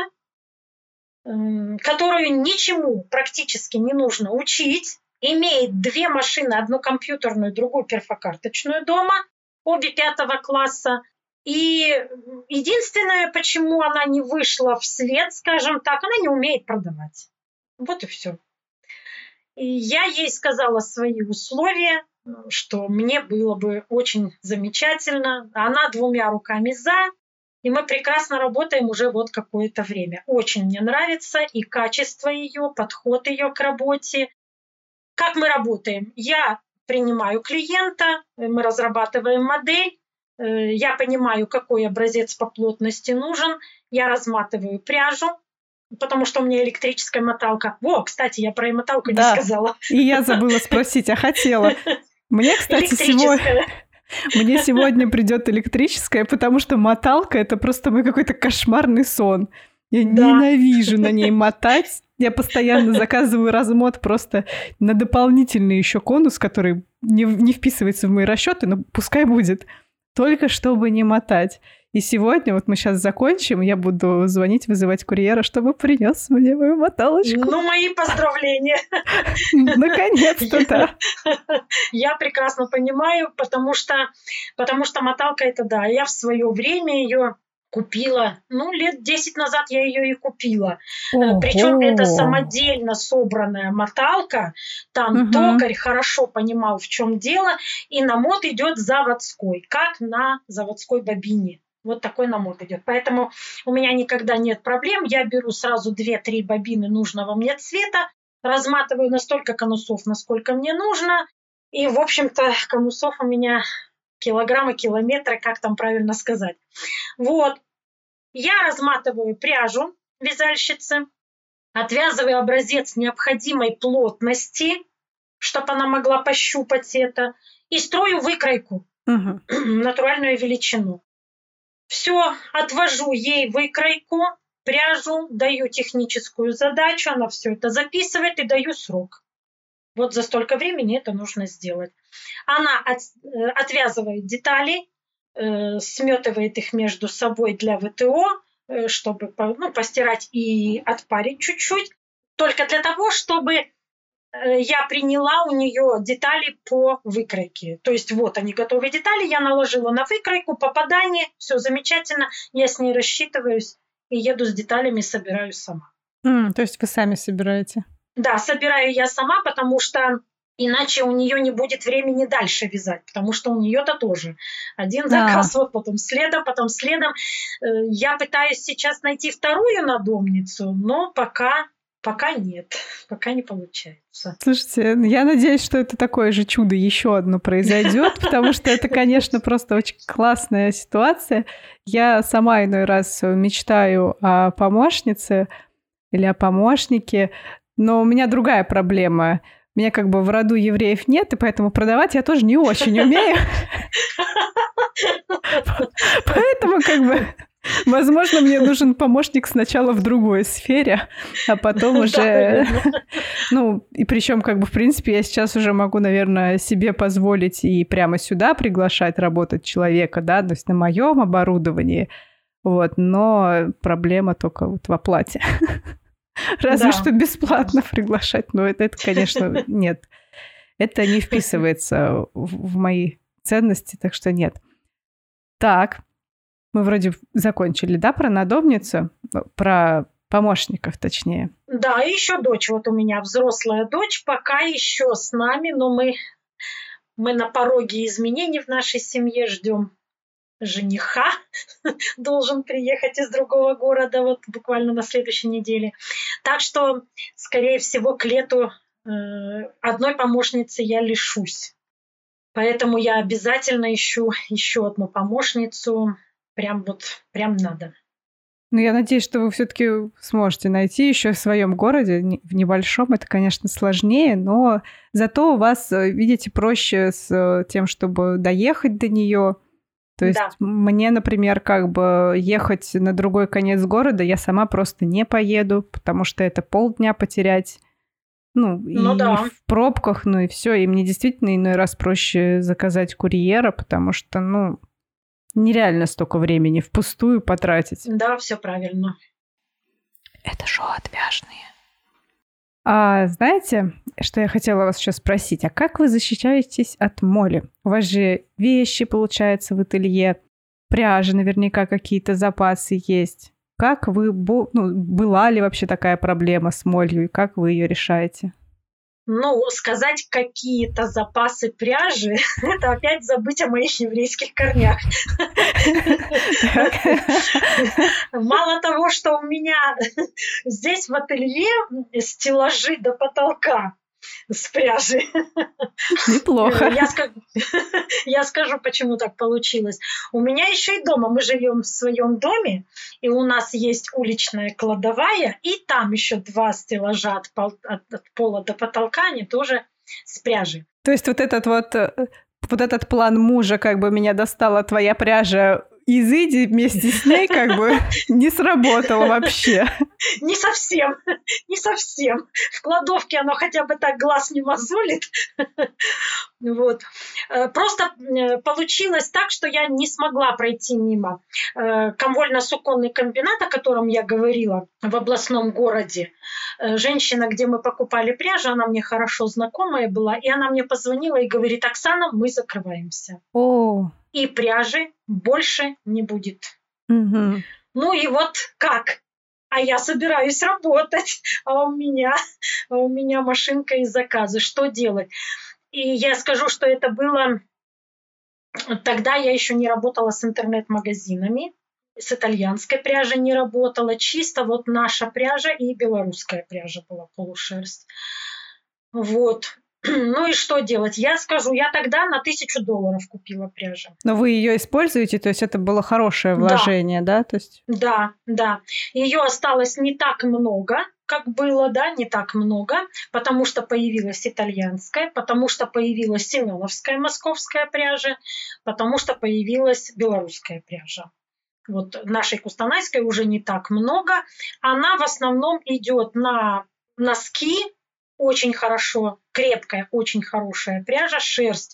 которую ничему практически не нужно учить, имеет 2 машины, одну компьютерную, другую перфокарточную дома, обе 5 класса. И единственное, почему она не вышла в свет, скажем так, она не умеет продавать. Вот и все. И я ей сказала свои условия, что мне было бы очень замечательно. Она 2 руками за. И мы прекрасно работаем уже вот какое-то время. Очень мне нравится и качество ее, подход ее к работе. Как мы работаем? Я принимаю клиента, мы разрабатываем модель, я понимаю, какой образец по плотности нужен, я разматываю пряжу, потому что у меня электрическая моталка. Во, кстати, я про моталку не сказала. И я забыла спросить, а хотела. Мне, кстати, сегодня придет электрическая, потому что моталка — это просто мой какой-то кошмарный сон. Я ненавижу на ней мотать. Я постоянно заказываю размот просто на дополнительный еще конус, который не вписывается в мои расчеты, но пускай будет. Только чтобы не мотать. И сегодня, вот мы сейчас закончим, я буду звонить, вызывать курьера, чтобы принес мне мою моталочку. Ну, мои поздравления. Наконец-то, да. Я прекрасно понимаю, потому что моталка — это да. Я в свое время ее купила, лет 10 назад я ее и купила. Причем это самодельно собранная моталка. Там токарь хорошо понимал, в чем дело, и намот идет заводской, как на заводской бобине. Вот такой намот идет. Поэтому у меня никогда нет проблем. Я беру сразу 2-3 бобины нужного мне цвета, разматываю на столько конусов, насколько мне нужно. И, в общем-то, конусов у меня килограммы, километры, как там правильно сказать. Вот. Я разматываю пряжу вязальщицы, отвязываю образец необходимой плотности, чтобы она могла пощупать это, и строю выкройку, натуральную величину. Все, отвожу ей выкройку, пряжу, даю техническую задачу, она все это записывает и даю срок. Вот за столько времени это нужно сделать. Она отвязывает детали, сметывает их между собой для ВТО, чтобы постирать и отпарить чуть-чуть. Только для того, чтобы я приняла у нее детали по выкройке. То есть вот они, готовые детали, я наложила на выкройку, попадание, все замечательно, я с ней рассчитываюсь и еду с деталями, собираю сама. То есть вы сами собираете? Да, собираю я сама, потому что иначе у нее не будет времени дальше вязать, потому что у нее-то тоже один заказ, вот потом следом. Я пытаюсь сейчас найти вторую надомницу, но пока нет, пока не получается. Слушайте, я надеюсь, что это такое же чудо еще одно произойдет, потому что это, конечно, просто очень классная ситуация. Я сама иной раз мечтаю о помощнице или о помощнике, но у меня другая проблема. Меня как бы в роду евреев нет, и поэтому продавать я тоже не очень умею. Поэтому как бы, возможно, мне нужен помощник сначала в другой сфере, а потом уже... и причем как бы, в принципе, я сейчас уже могу, наверное, себе позволить и прямо сюда приглашать работать человека, да, то есть на моем оборудовании, вот, но проблема только вот в оплате. Разве что бесплатно приглашать, но это, конечно, нет. Это не вписывается в мои ценности, так что нет. Так, мы вроде закончили, да, про надомницу, про помощников, точнее. Да, и еще дочь, вот у меня взрослая дочь, пока еще с нами, но мы на пороге изменений в нашей семье, ждем жениха, должен приехать из другого города вот буквально на следующей неделе. Так что, скорее всего, к лету одной помощницы я лишусь. Поэтому я обязательно ищу еще одну помощницу. Прям надо. Я надеюсь, что вы все-таки сможете найти еще в своем городе, в небольшом. Это, конечно, сложнее, но зато у вас, видите, проще с тем, чтобы доехать до нее. То есть мне, например, как бы ехать на другой конец города я сама просто не поеду, потому что это полдня потерять. В пробках, и все. И мне действительно иной раз проще заказать курьера, потому что, нереально столько времени впустую потратить. Да, все правильно. Это шоу «Отвяжные». А знаете, что я хотела вас еще спросить? А как вы защищаетесь от моли? У вас же вещи, получается, в ателье, пряжи наверняка какие-то запасы есть. Как вы... была ли вообще такая проблема с молью, и как вы ее решаете? Сказать какие-то запасы пряжи, это опять забыть о моих еврейских корнях. Мало того, что у меня здесь в ателье стеллажи до потолка, с пряжи. Неплохо. Я скажу, почему так получилось. У меня еще и дома, мы живем в своем доме, и у нас есть уличная кладовая, и там еще 2 стеллажа от пола до потолка, они тоже с пряжей. То есть вот этот план мужа, как бы меня достала твоя пряжа, изыди вместе с ней, как бы не сработало вообще. Не совсем. В кладовке оно хотя бы так глаз не мозолит. Вот. Просто получилось так, что я не смогла пройти мимо комвольно-суконный комбинат, о котором я говорила, в областном городе. Женщина, где мы покупали пряжу, она мне хорошо знакомая была, и она мне позвонила и говорит: Оксана, мы закрываемся. И пряжи больше не будет. Угу. Ну и вот как? А я собираюсь работать, а у меня машинка и заказы. Что делать? И я скажу, что это было... Тогда я еще не работала с интернет-магазинами, с итальянской пряжей не работала. Чисто вот наша пряжа и белорусская пряжа была, полушерсть. Вот. Ну и что делать? Я скажу, я тогда на $1000 купила пряжу. Но вы ее используете, то есть это было хорошее вложение, да? То есть... Да. Ее осталось не так много, как было, да, не так много, потому что появилась итальянская, потому что появилась семеновская московская пряжа, потому что появилась белорусская пряжа. Вот нашей кустанайской уже не так много. Она в основном идет на носки. Очень хорошо, крепкая, очень хорошая пряжа, шерсть,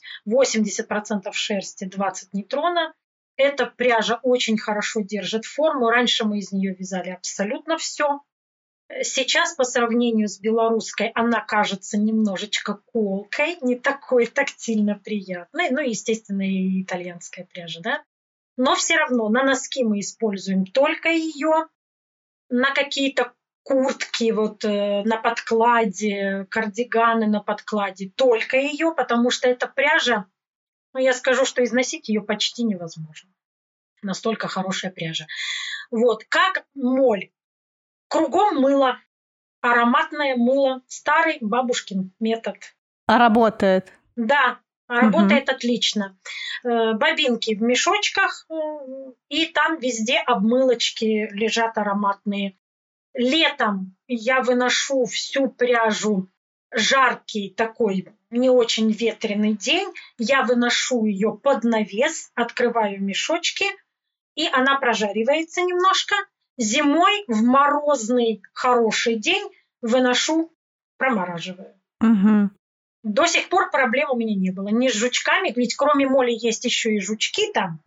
80% шерсти, 20 нейтрона. Эта пряжа очень хорошо держит форму. Раньше мы из нее вязали абсолютно все. Сейчас по сравнению с белорусской она кажется немножечко колкой, не такой тактильно приятной. Ну, естественно, и итальянская пряжа, да. Но все равно на носки мы используем только ее, на какие-то куртки вот на подкладе, кардиганы на подкладе, только ее, потому что эта пряжа, ну, я скажу, что износить ее почти невозможно. Настолько хорошая пряжа. Вот, как моль. Кругом мыло, ароматное мыло, старый бабушкин метод. А работает? Да, работает отлично. Бобинки в мешочках, и там везде обмылочки лежат ароматные. Летом я выношу всю пряжу, жаркий такой, не очень ветреный день, я выношу ее под навес, открываю мешочки, и она прожаривается немножко. Зимой в морозный хороший день выношу, промораживаю. Угу. До сих пор проблем у меня не было. Ни с жучками, ведь кроме моли есть еще и жучки там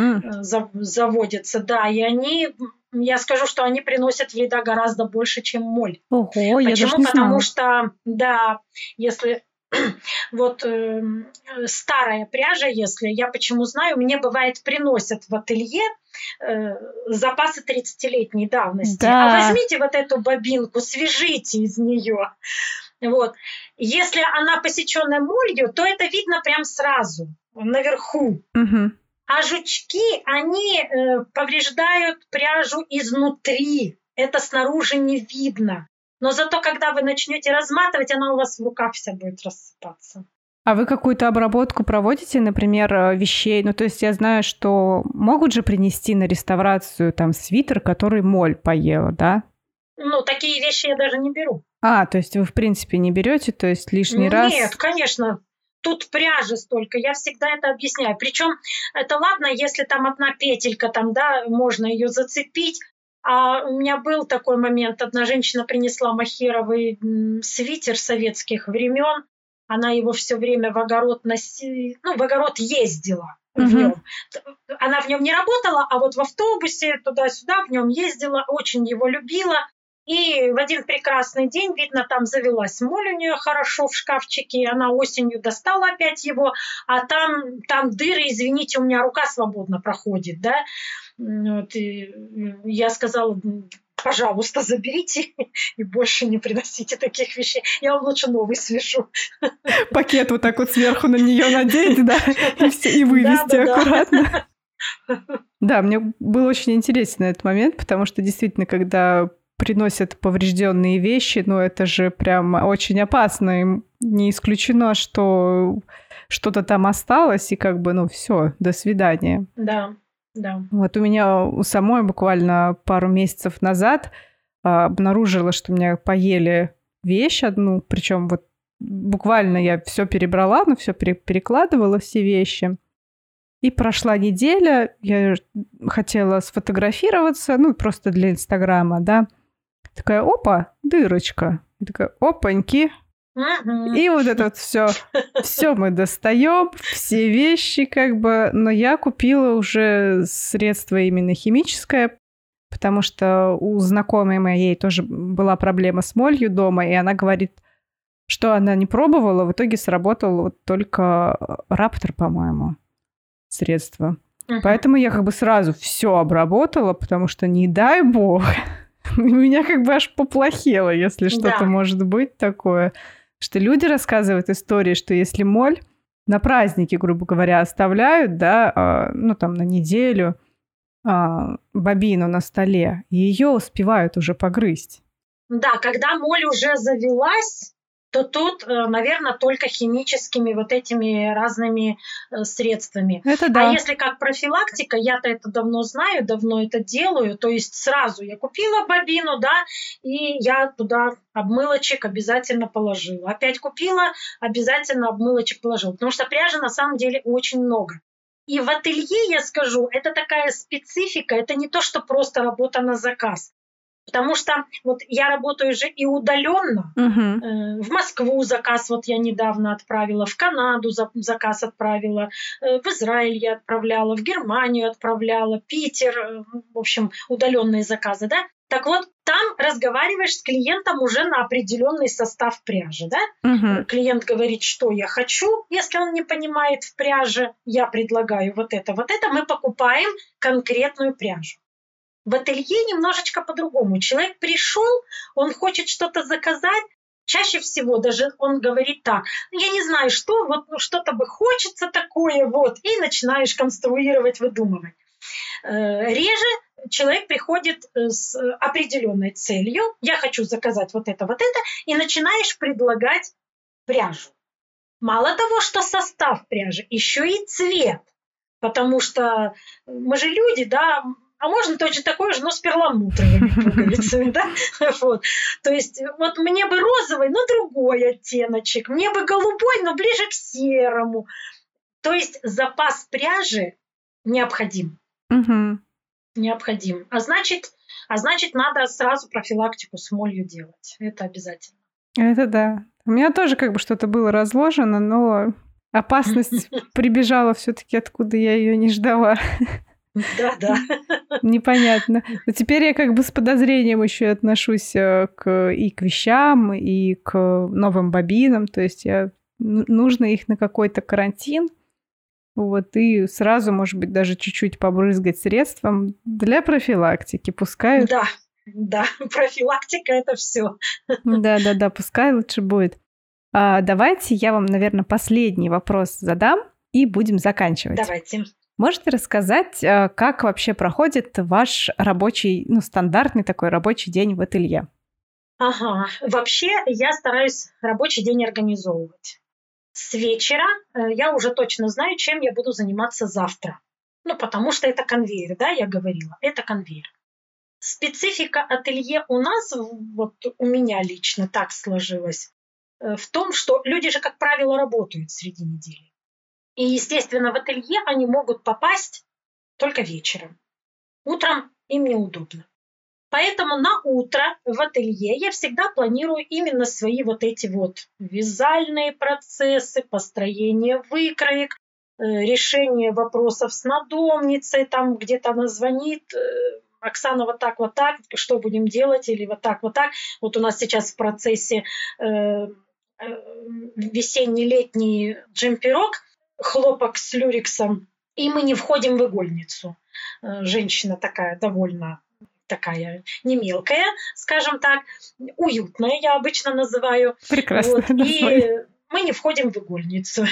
заводятся, да, и они... Я скажу, что они приносят вреда гораздо больше, чем моль. Ого, почему? Я даже не Потому знала. что, да, если вот старая пряжа, если я почему знаю, мне бывает приносят в ателье запасы 30-летней давности. Да. А возьмите вот эту бобинку, свяжите из нее. Вот. Если она посеченная молью, то это видно прям сразу, наверху. Угу. А жучки, они повреждают пряжу изнутри. Это снаружи не видно. Но зато, когда вы начнете разматывать, она у вас в руках вся будет рассыпаться. А вы какую-то обработку проводите, например, вещей? Ну, то есть я знаю, что могут же принести на реставрацию там свитер, который моль поела, да? Ну, такие вещи я даже не беру. То есть вы, в принципе, не берете, то есть лишний раз... Нет, конечно. Тут пряжи столько, я всегда это объясняю. Причем это ладно, если там одна петелька, там, да, можно ее зацепить. А у меня был такой момент, одна женщина принесла махеровый свитер советских времен, она его все время в огород носила, ну, в огород ездила в нем. Она в нем не работала, а вот в автобусе туда-сюда в нем ездила, очень его любила. И в один прекрасный день, видно, там завелась моль у нее хорошо в шкафчике, она осенью достала опять его, а там дыры, извините, у меня рука свободно проходит, да. Вот, и я сказала: пожалуйста, заберите и больше не приносите таких вещей. Я вам лучше новый свяжу. Пакет вот так вот сверху на нее надеть, да, и вывести аккуратно. Да, мне был очень интересен этот момент, потому что действительно, когда приносят поврежденные вещи, но это же прям очень опасно. И не исключено, что что-то там осталось, и как бы, ну, все, до свидания. Да, да. Вот у меня у самой буквально пару месяцев назад обнаружила, что у меня поели вещь одну, причем вот буквально я все перебрала, но все перекладывала, все вещи. И прошла неделя, я хотела сфотографироваться, ну, просто для Инстаграма, да. Такая, опа, дырочка. И такая, опаньки. И вот это вот все мы достаем, все вещи как бы. Но я купила уже средство именно химическое, потому что у знакомой моей тоже была проблема с молью дома, и она говорит, что она не пробовала, в итоге сработал вот только Раптор, по-моему, средство. Поэтому я как бы сразу все обработала, потому что, не дай бог, у меня как бы аж поплохело, если что-то может быть такое. Что люди рассказывают истории, что если моль на праздники, грубо говоря, оставляют, да, ну там на неделю бобину на столе, и ее успевают уже погрызть. Да, когда моль уже завелась, то тут, наверное, только химическими вот этими разными средствами. Это да. А если как профилактика, я-то это давно знаю, давно это делаю, то есть сразу я купила бобину, да, и я туда обмылочек обязательно положила. Опять купила, обязательно обмылочек положила, потому что пряжи на самом деле очень много. И в ателье, я скажу, это такая специфика, это не то, что просто работа на заказ. Потому что вот я работаю же и удаленно. В Москву заказ вот я недавно отправила, в Канаду заказ отправила, в Израиль я отправляла, в Германию отправляла, Питер, в общем, удаленные заказы, да. Так вот, там разговариваешь с клиентом уже на определенный состав пряжи, да. Клиент говорит, что я хочу, если он не понимает в пряже, я предлагаю вот это, мы покупаем конкретную пряжу. В ателье немножечко по-другому. Человек пришел, он хочет что-то заказать. Чаще всего даже он говорит так, я не знаю, что, вот что-то бы хочется такое, вот, и начинаешь конструировать, выдумывать. Реже человек приходит с определенной целью, я хочу заказать вот это, и начинаешь предлагать пряжу. Мало того, что состав пряжи, еще и цвет, потому что мы же люди, да. А можно точно такое же, но с перламутровыми пуговицами, да? Вот. То есть вот мне бы розовый, но другой оттеночек, мне бы голубой, но ближе к серому. То есть запас пряжи необходим. Необходим. А значит, надо сразу профилактику с молью делать. Это обязательно. Это да. У меня тоже как бы что-то было разложено, но опасность прибежала все-таки, откуда я ее не ждала. Да. Непонятно. Но теперь я как бы с подозрением еще отношусь и к вещам, и к новым бобинам. То есть нужно их на какой-то карантин. Вот, и сразу, может быть, даже чуть-чуть побрызгать средством для профилактики. Пускай... Да, профилактика — это все. Да, пускай лучше будет. Давайте я вам, наверное, последний вопрос задам, и будем заканчивать. Давайте. Можете рассказать, как вообще проходит ваш рабочий, стандартный такой рабочий день в ателье? Ага. Вообще я стараюсь рабочий день организовывать. С вечера я уже точно знаю, чем я буду заниматься завтра. Потому что это конвейер, да, я говорила, это конвейер. Специфика ателье у нас, вот у меня лично так сложилось, в том, что люди же, как правило, работают среди недели. И, естественно, в ателье они могут попасть только вечером. Утром им неудобно. Поэтому на утро в ателье я всегда планирую именно свои вот эти вот вязальные процессы, построение выкроек, решение вопросов с надомницей, там где-то она звонит, Оксана, вот так, что будем делать, или вот так. Вот у нас сейчас в процессе весенне-летний джемперок, хлопок с люрексом, и мы не входим в игольницу. Женщина такая довольно такая не мелкая, скажем так, уютная, я обычно называю. Прекрасно. Вот, и мы не входим в игольницу.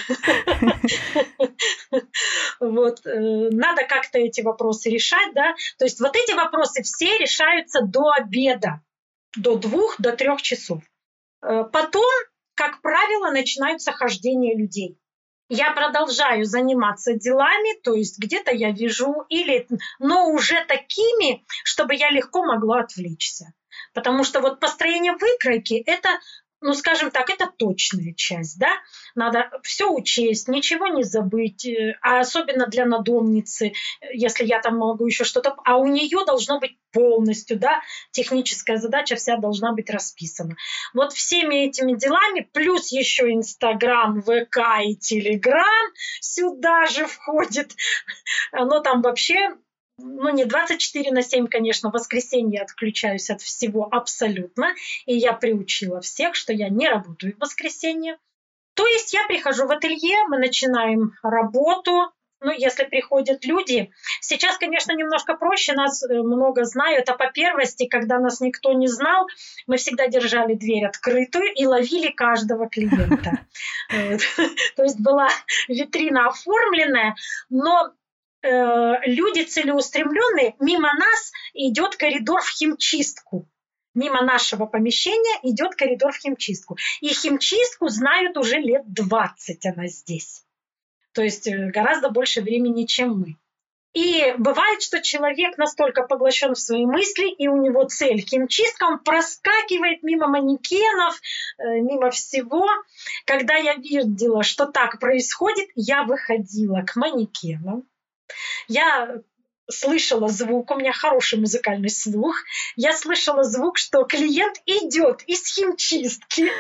Вот, надо как-то эти вопросы решать, да. То есть вот эти вопросы все решаются до обеда. до 2, до 3 часов. Потом, как правило, начинаются хождения людей. Я продолжаю заниматься делами, то есть где-то я вяжу, но уже такими, чтобы я легко могла отвлечься. Потому что вот построение выкройки – это, скажем так, это точная часть, да? Надо все учесть, ничего не забыть, а особенно для надомницы, если я там могу еще что-то, а у нее должно быть полностью, да, техническая задача вся должна быть расписана. Вот всеми этими делами, плюс еще Инстаграм, ВК и Телеграм сюда же входит, оно там вообще... не 24/7, конечно, в воскресенье я отключаюсь от всего абсолютно, и я приучила всех, что я не работаю в воскресенье. То есть я прихожу в ателье, мы начинаем работу, если приходят люди. Сейчас, конечно, немножко проще, нас много знают, а по первости, когда нас никто не знал, мы всегда держали дверь открытую и ловили каждого клиента. То есть была витрина оформленная, но люди целеустремленные, мимо нас идет коридор в химчистку. Мимо нашего помещения идет коридор в химчистку. И химчистку знают уже лет 20 она здесь. То есть гораздо больше времени, чем мы. И бывает, что человек настолько поглощен в свои мысли, и у него цель химчистка, он проскакивает мимо манекенов, мимо всего. Когда я видела, что так происходит, я выходила к манекенам. Я слышала звук, у меня хороший музыкальный слух, я слышала звук, что клиент идет из химчистки.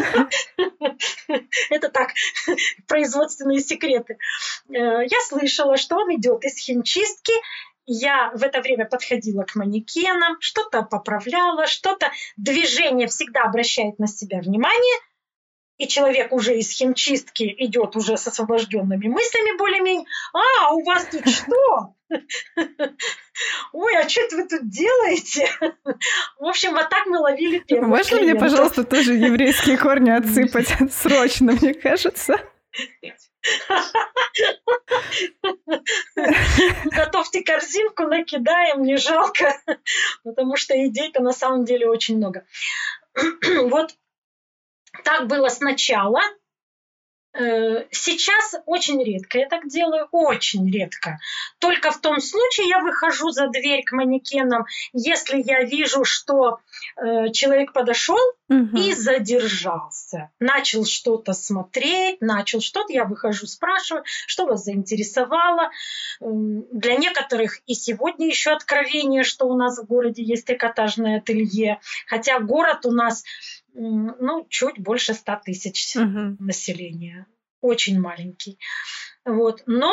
Это так, производственные секреты. Я слышала, что он идет из химчистки. Я в это время подходила к манекенам, что-то поправляла, движение всегда обращает на себя внимание. И человек уже из химчистки идет уже с освобожденными мыслями более-менее. А, у вас тут что? Ой, а что вы тут делаете? В общем, вот так мы ловили первых Можно клиентов. мне, пожалуйста, тоже еврейские корни отсыпать? Срочно, мне кажется. Готовьте корзинку, накидаем, не жалко, потому что идей-то на самом деле очень много. Вот так было сначала. Сейчас очень редко я так делаю, очень редко. Только в том случае я выхожу за дверь к манекенам, если я вижу, что человек подошел и задержался. Начал что-то смотреть, я выхожу, спрашиваю, что вас заинтересовало. Для некоторых и сегодня еще откровение, что у нас в городе есть трикотажное ателье. Хотя город у нас чуть больше 100 тысяч населения. Очень маленький. Вот. Но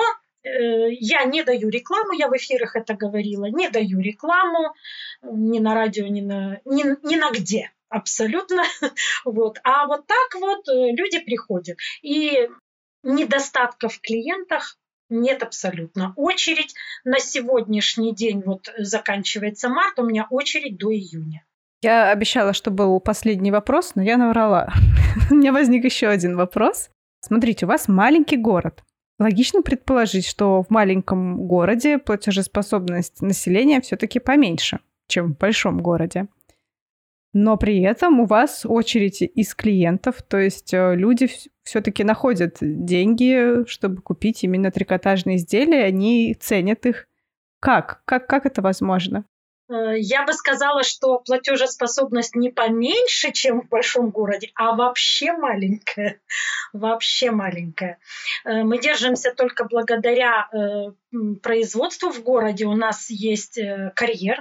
я не даю рекламу, я в эфирах это говорила, не даю рекламу ни на радио, ни на где. Абсолютно. Вот. А вот так вот люди приходят. И недостатков в клиентах нет абсолютно. Очередь на сегодняшний день, вот заканчивается март, у меня очередь до июня. Я обещала, что был последний вопрос, но я наврала. У меня возник еще один вопрос. Смотрите, у вас маленький город. Логично предположить, что в маленьком городе платежеспособность населения все-таки поменьше, чем в большом городе. Но при этом у вас очередь из клиентов, то есть люди все-таки находят деньги, чтобы купить именно трикотажные изделия, они ценят их. Как это возможно? Я бы сказала, что платежеспособность не поменьше, чем в большом городе, а вообще маленькая. Вообще маленькая. Мы держимся только благодаря производству в городе. У нас есть карьер,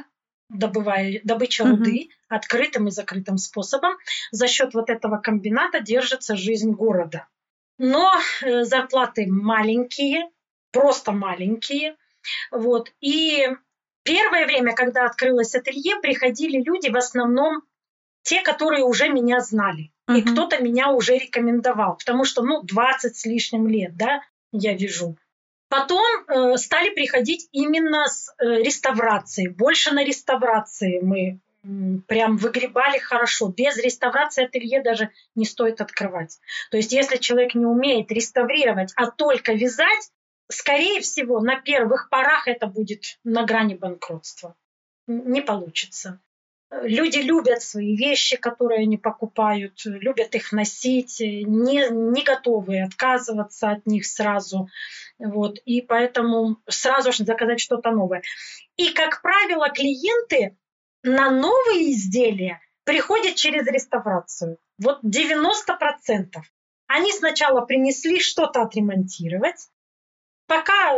добыча руды открытым и закрытым способом. За счет вот этого комбината держится жизнь города. Но зарплаты маленькие, просто маленькие. Вот. И первое время, когда открылось ателье, приходили люди в основном те, которые уже меня знали. И кто-то меня уже рекомендовал, потому что 20 с лишним лет, да, я вяжу. Потом стали приходить именно с реставрацией. Больше на реставрации мы прям выгребали хорошо. Без реставрации ателье даже не стоит открывать. То есть если человек не умеет реставрировать, а только вязать, скорее всего, на первых порах это будет на грани банкротства. Не получится. Люди любят свои вещи, которые они покупают, любят их носить, не готовы отказываться от них сразу. Вот. И поэтому сразу же заказать что-то новое. И, как правило, клиенты на новые изделия приходят через реставрацию. Вот 90%. Они сначала принесли что-то отремонтировать. Пока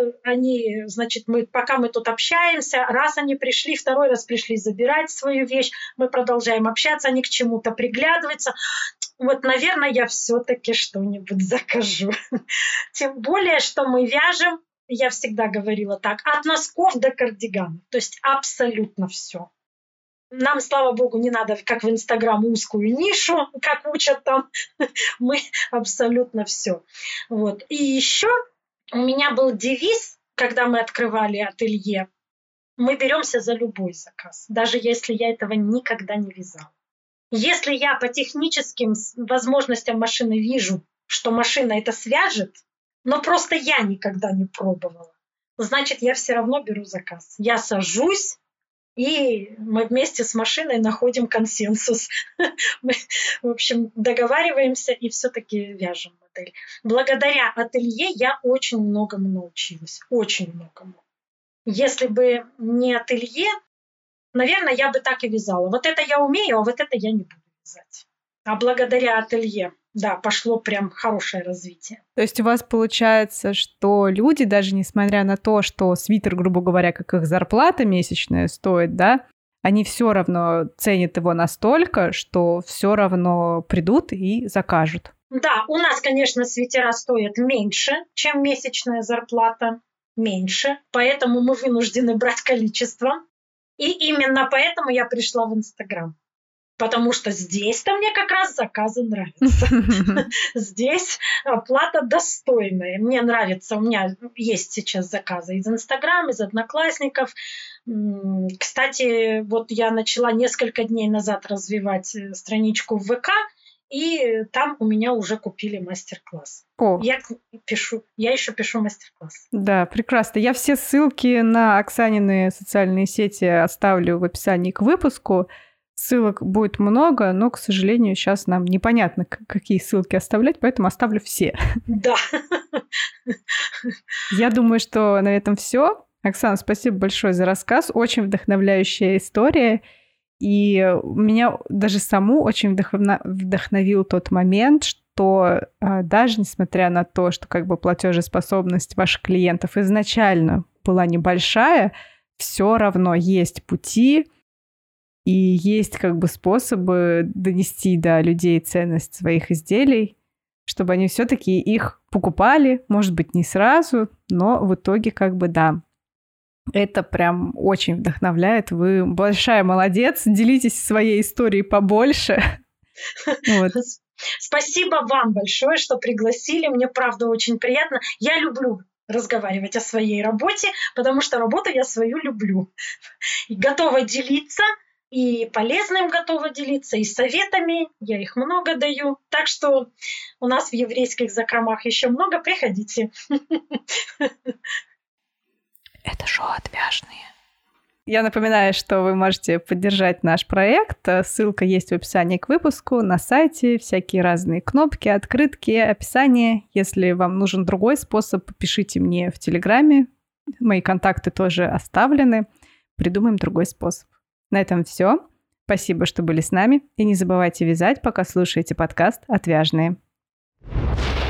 мы тут общаемся, раз они пришли, второй раз пришли забирать свою вещь, мы продолжаем общаться, они к чему-то приглядываются. Вот, наверное, я все-таки что-нибудь закажу. Тем более, что мы вяжем, я всегда говорила так, от носков до кардиганов. То есть абсолютно все. Нам, слава богу, не надо, как в Инстаграм, узкую нишу, как учат там. Мы абсолютно все. Вот. И еще у меня был девиз, когда мы открывали ателье: мы беремся за любой заказ, даже если я этого никогда не вязала. Если я по техническим возможностям машины вижу, что машина это свяжет, но просто я никогда не пробовала, значит, я все равно беру заказ. Я сажусь, и мы вместе с машиной находим консенсус. Мы, в общем, договариваемся и все-таки вяжем модель. Благодаря ателье я очень многому научилась. Очень многому. Если бы не ателье, наверное, я бы так и вязала. Вот это я умею, а вот это я не буду вязать. А благодаря ателье, да, пошло прям хорошее развитие. То есть у вас получается, что люди, даже несмотря на то, что свитер, грубо говоря, как их зарплата месячная стоит, да, они все равно ценят его настолько, что все равно придут и закажут. Да, у нас, конечно, свитера стоят меньше, чем месячная зарплата. Меньше. Поэтому мы вынуждены брать количество. И именно поэтому я пришла в Инстаграм. Потому что здесь-то мне как раз заказы нравятся. Здесь оплата достойная. Мне нравится. У меня есть сейчас заказы из Инстаграма, из Одноклассников. Кстати, вот я начала несколько дней назад развивать страничку в ВК, и там у меня уже купили мастер-класс. Я еще пишу мастер-класс. Да, прекрасно. Я все ссылки на Оксанины социальные сети оставлю в описании к выпуску. Ссылок будет много, но, к сожалению, сейчас нам непонятно, какие ссылки оставлять, поэтому оставлю все. Да. Я думаю, что на этом все. Оксана, спасибо большое за рассказ. Очень вдохновляющая история. И меня даже саму очень вдохновил тот момент, что даже несмотря на то, что как бы платежеспособность ваших клиентов изначально была небольшая, все равно есть пути и есть как бы способы донести до людей ценность своих изделий, чтобы они все-таки их покупали, может быть, не сразу, но в итоге как бы да. Это прям очень вдохновляет. Вы большая молодец. Делитесь своей историей побольше. Вот. Спасибо вам большое, что пригласили. Мне, правда, очень приятно. Я люблю разговаривать о своей работе, потому что работу я свою люблю. И готова делиться, и полезным готова делиться, и советами. Я их много даю. Так что у нас в еврейских закромах еще много. Приходите. Это шоу «Отвяжные». Я напоминаю, что вы можете поддержать наш проект. Ссылка есть в описании к выпуску, на сайте, всякие разные кнопки, открытки, описание. Если вам нужен другой способ, пишите мне в Телеграме. Мои контакты тоже оставлены. Придумаем другой способ. На этом все. Спасибо, что были с нами. И не забывайте вязать, пока слушаете подкаст «Отвяжные».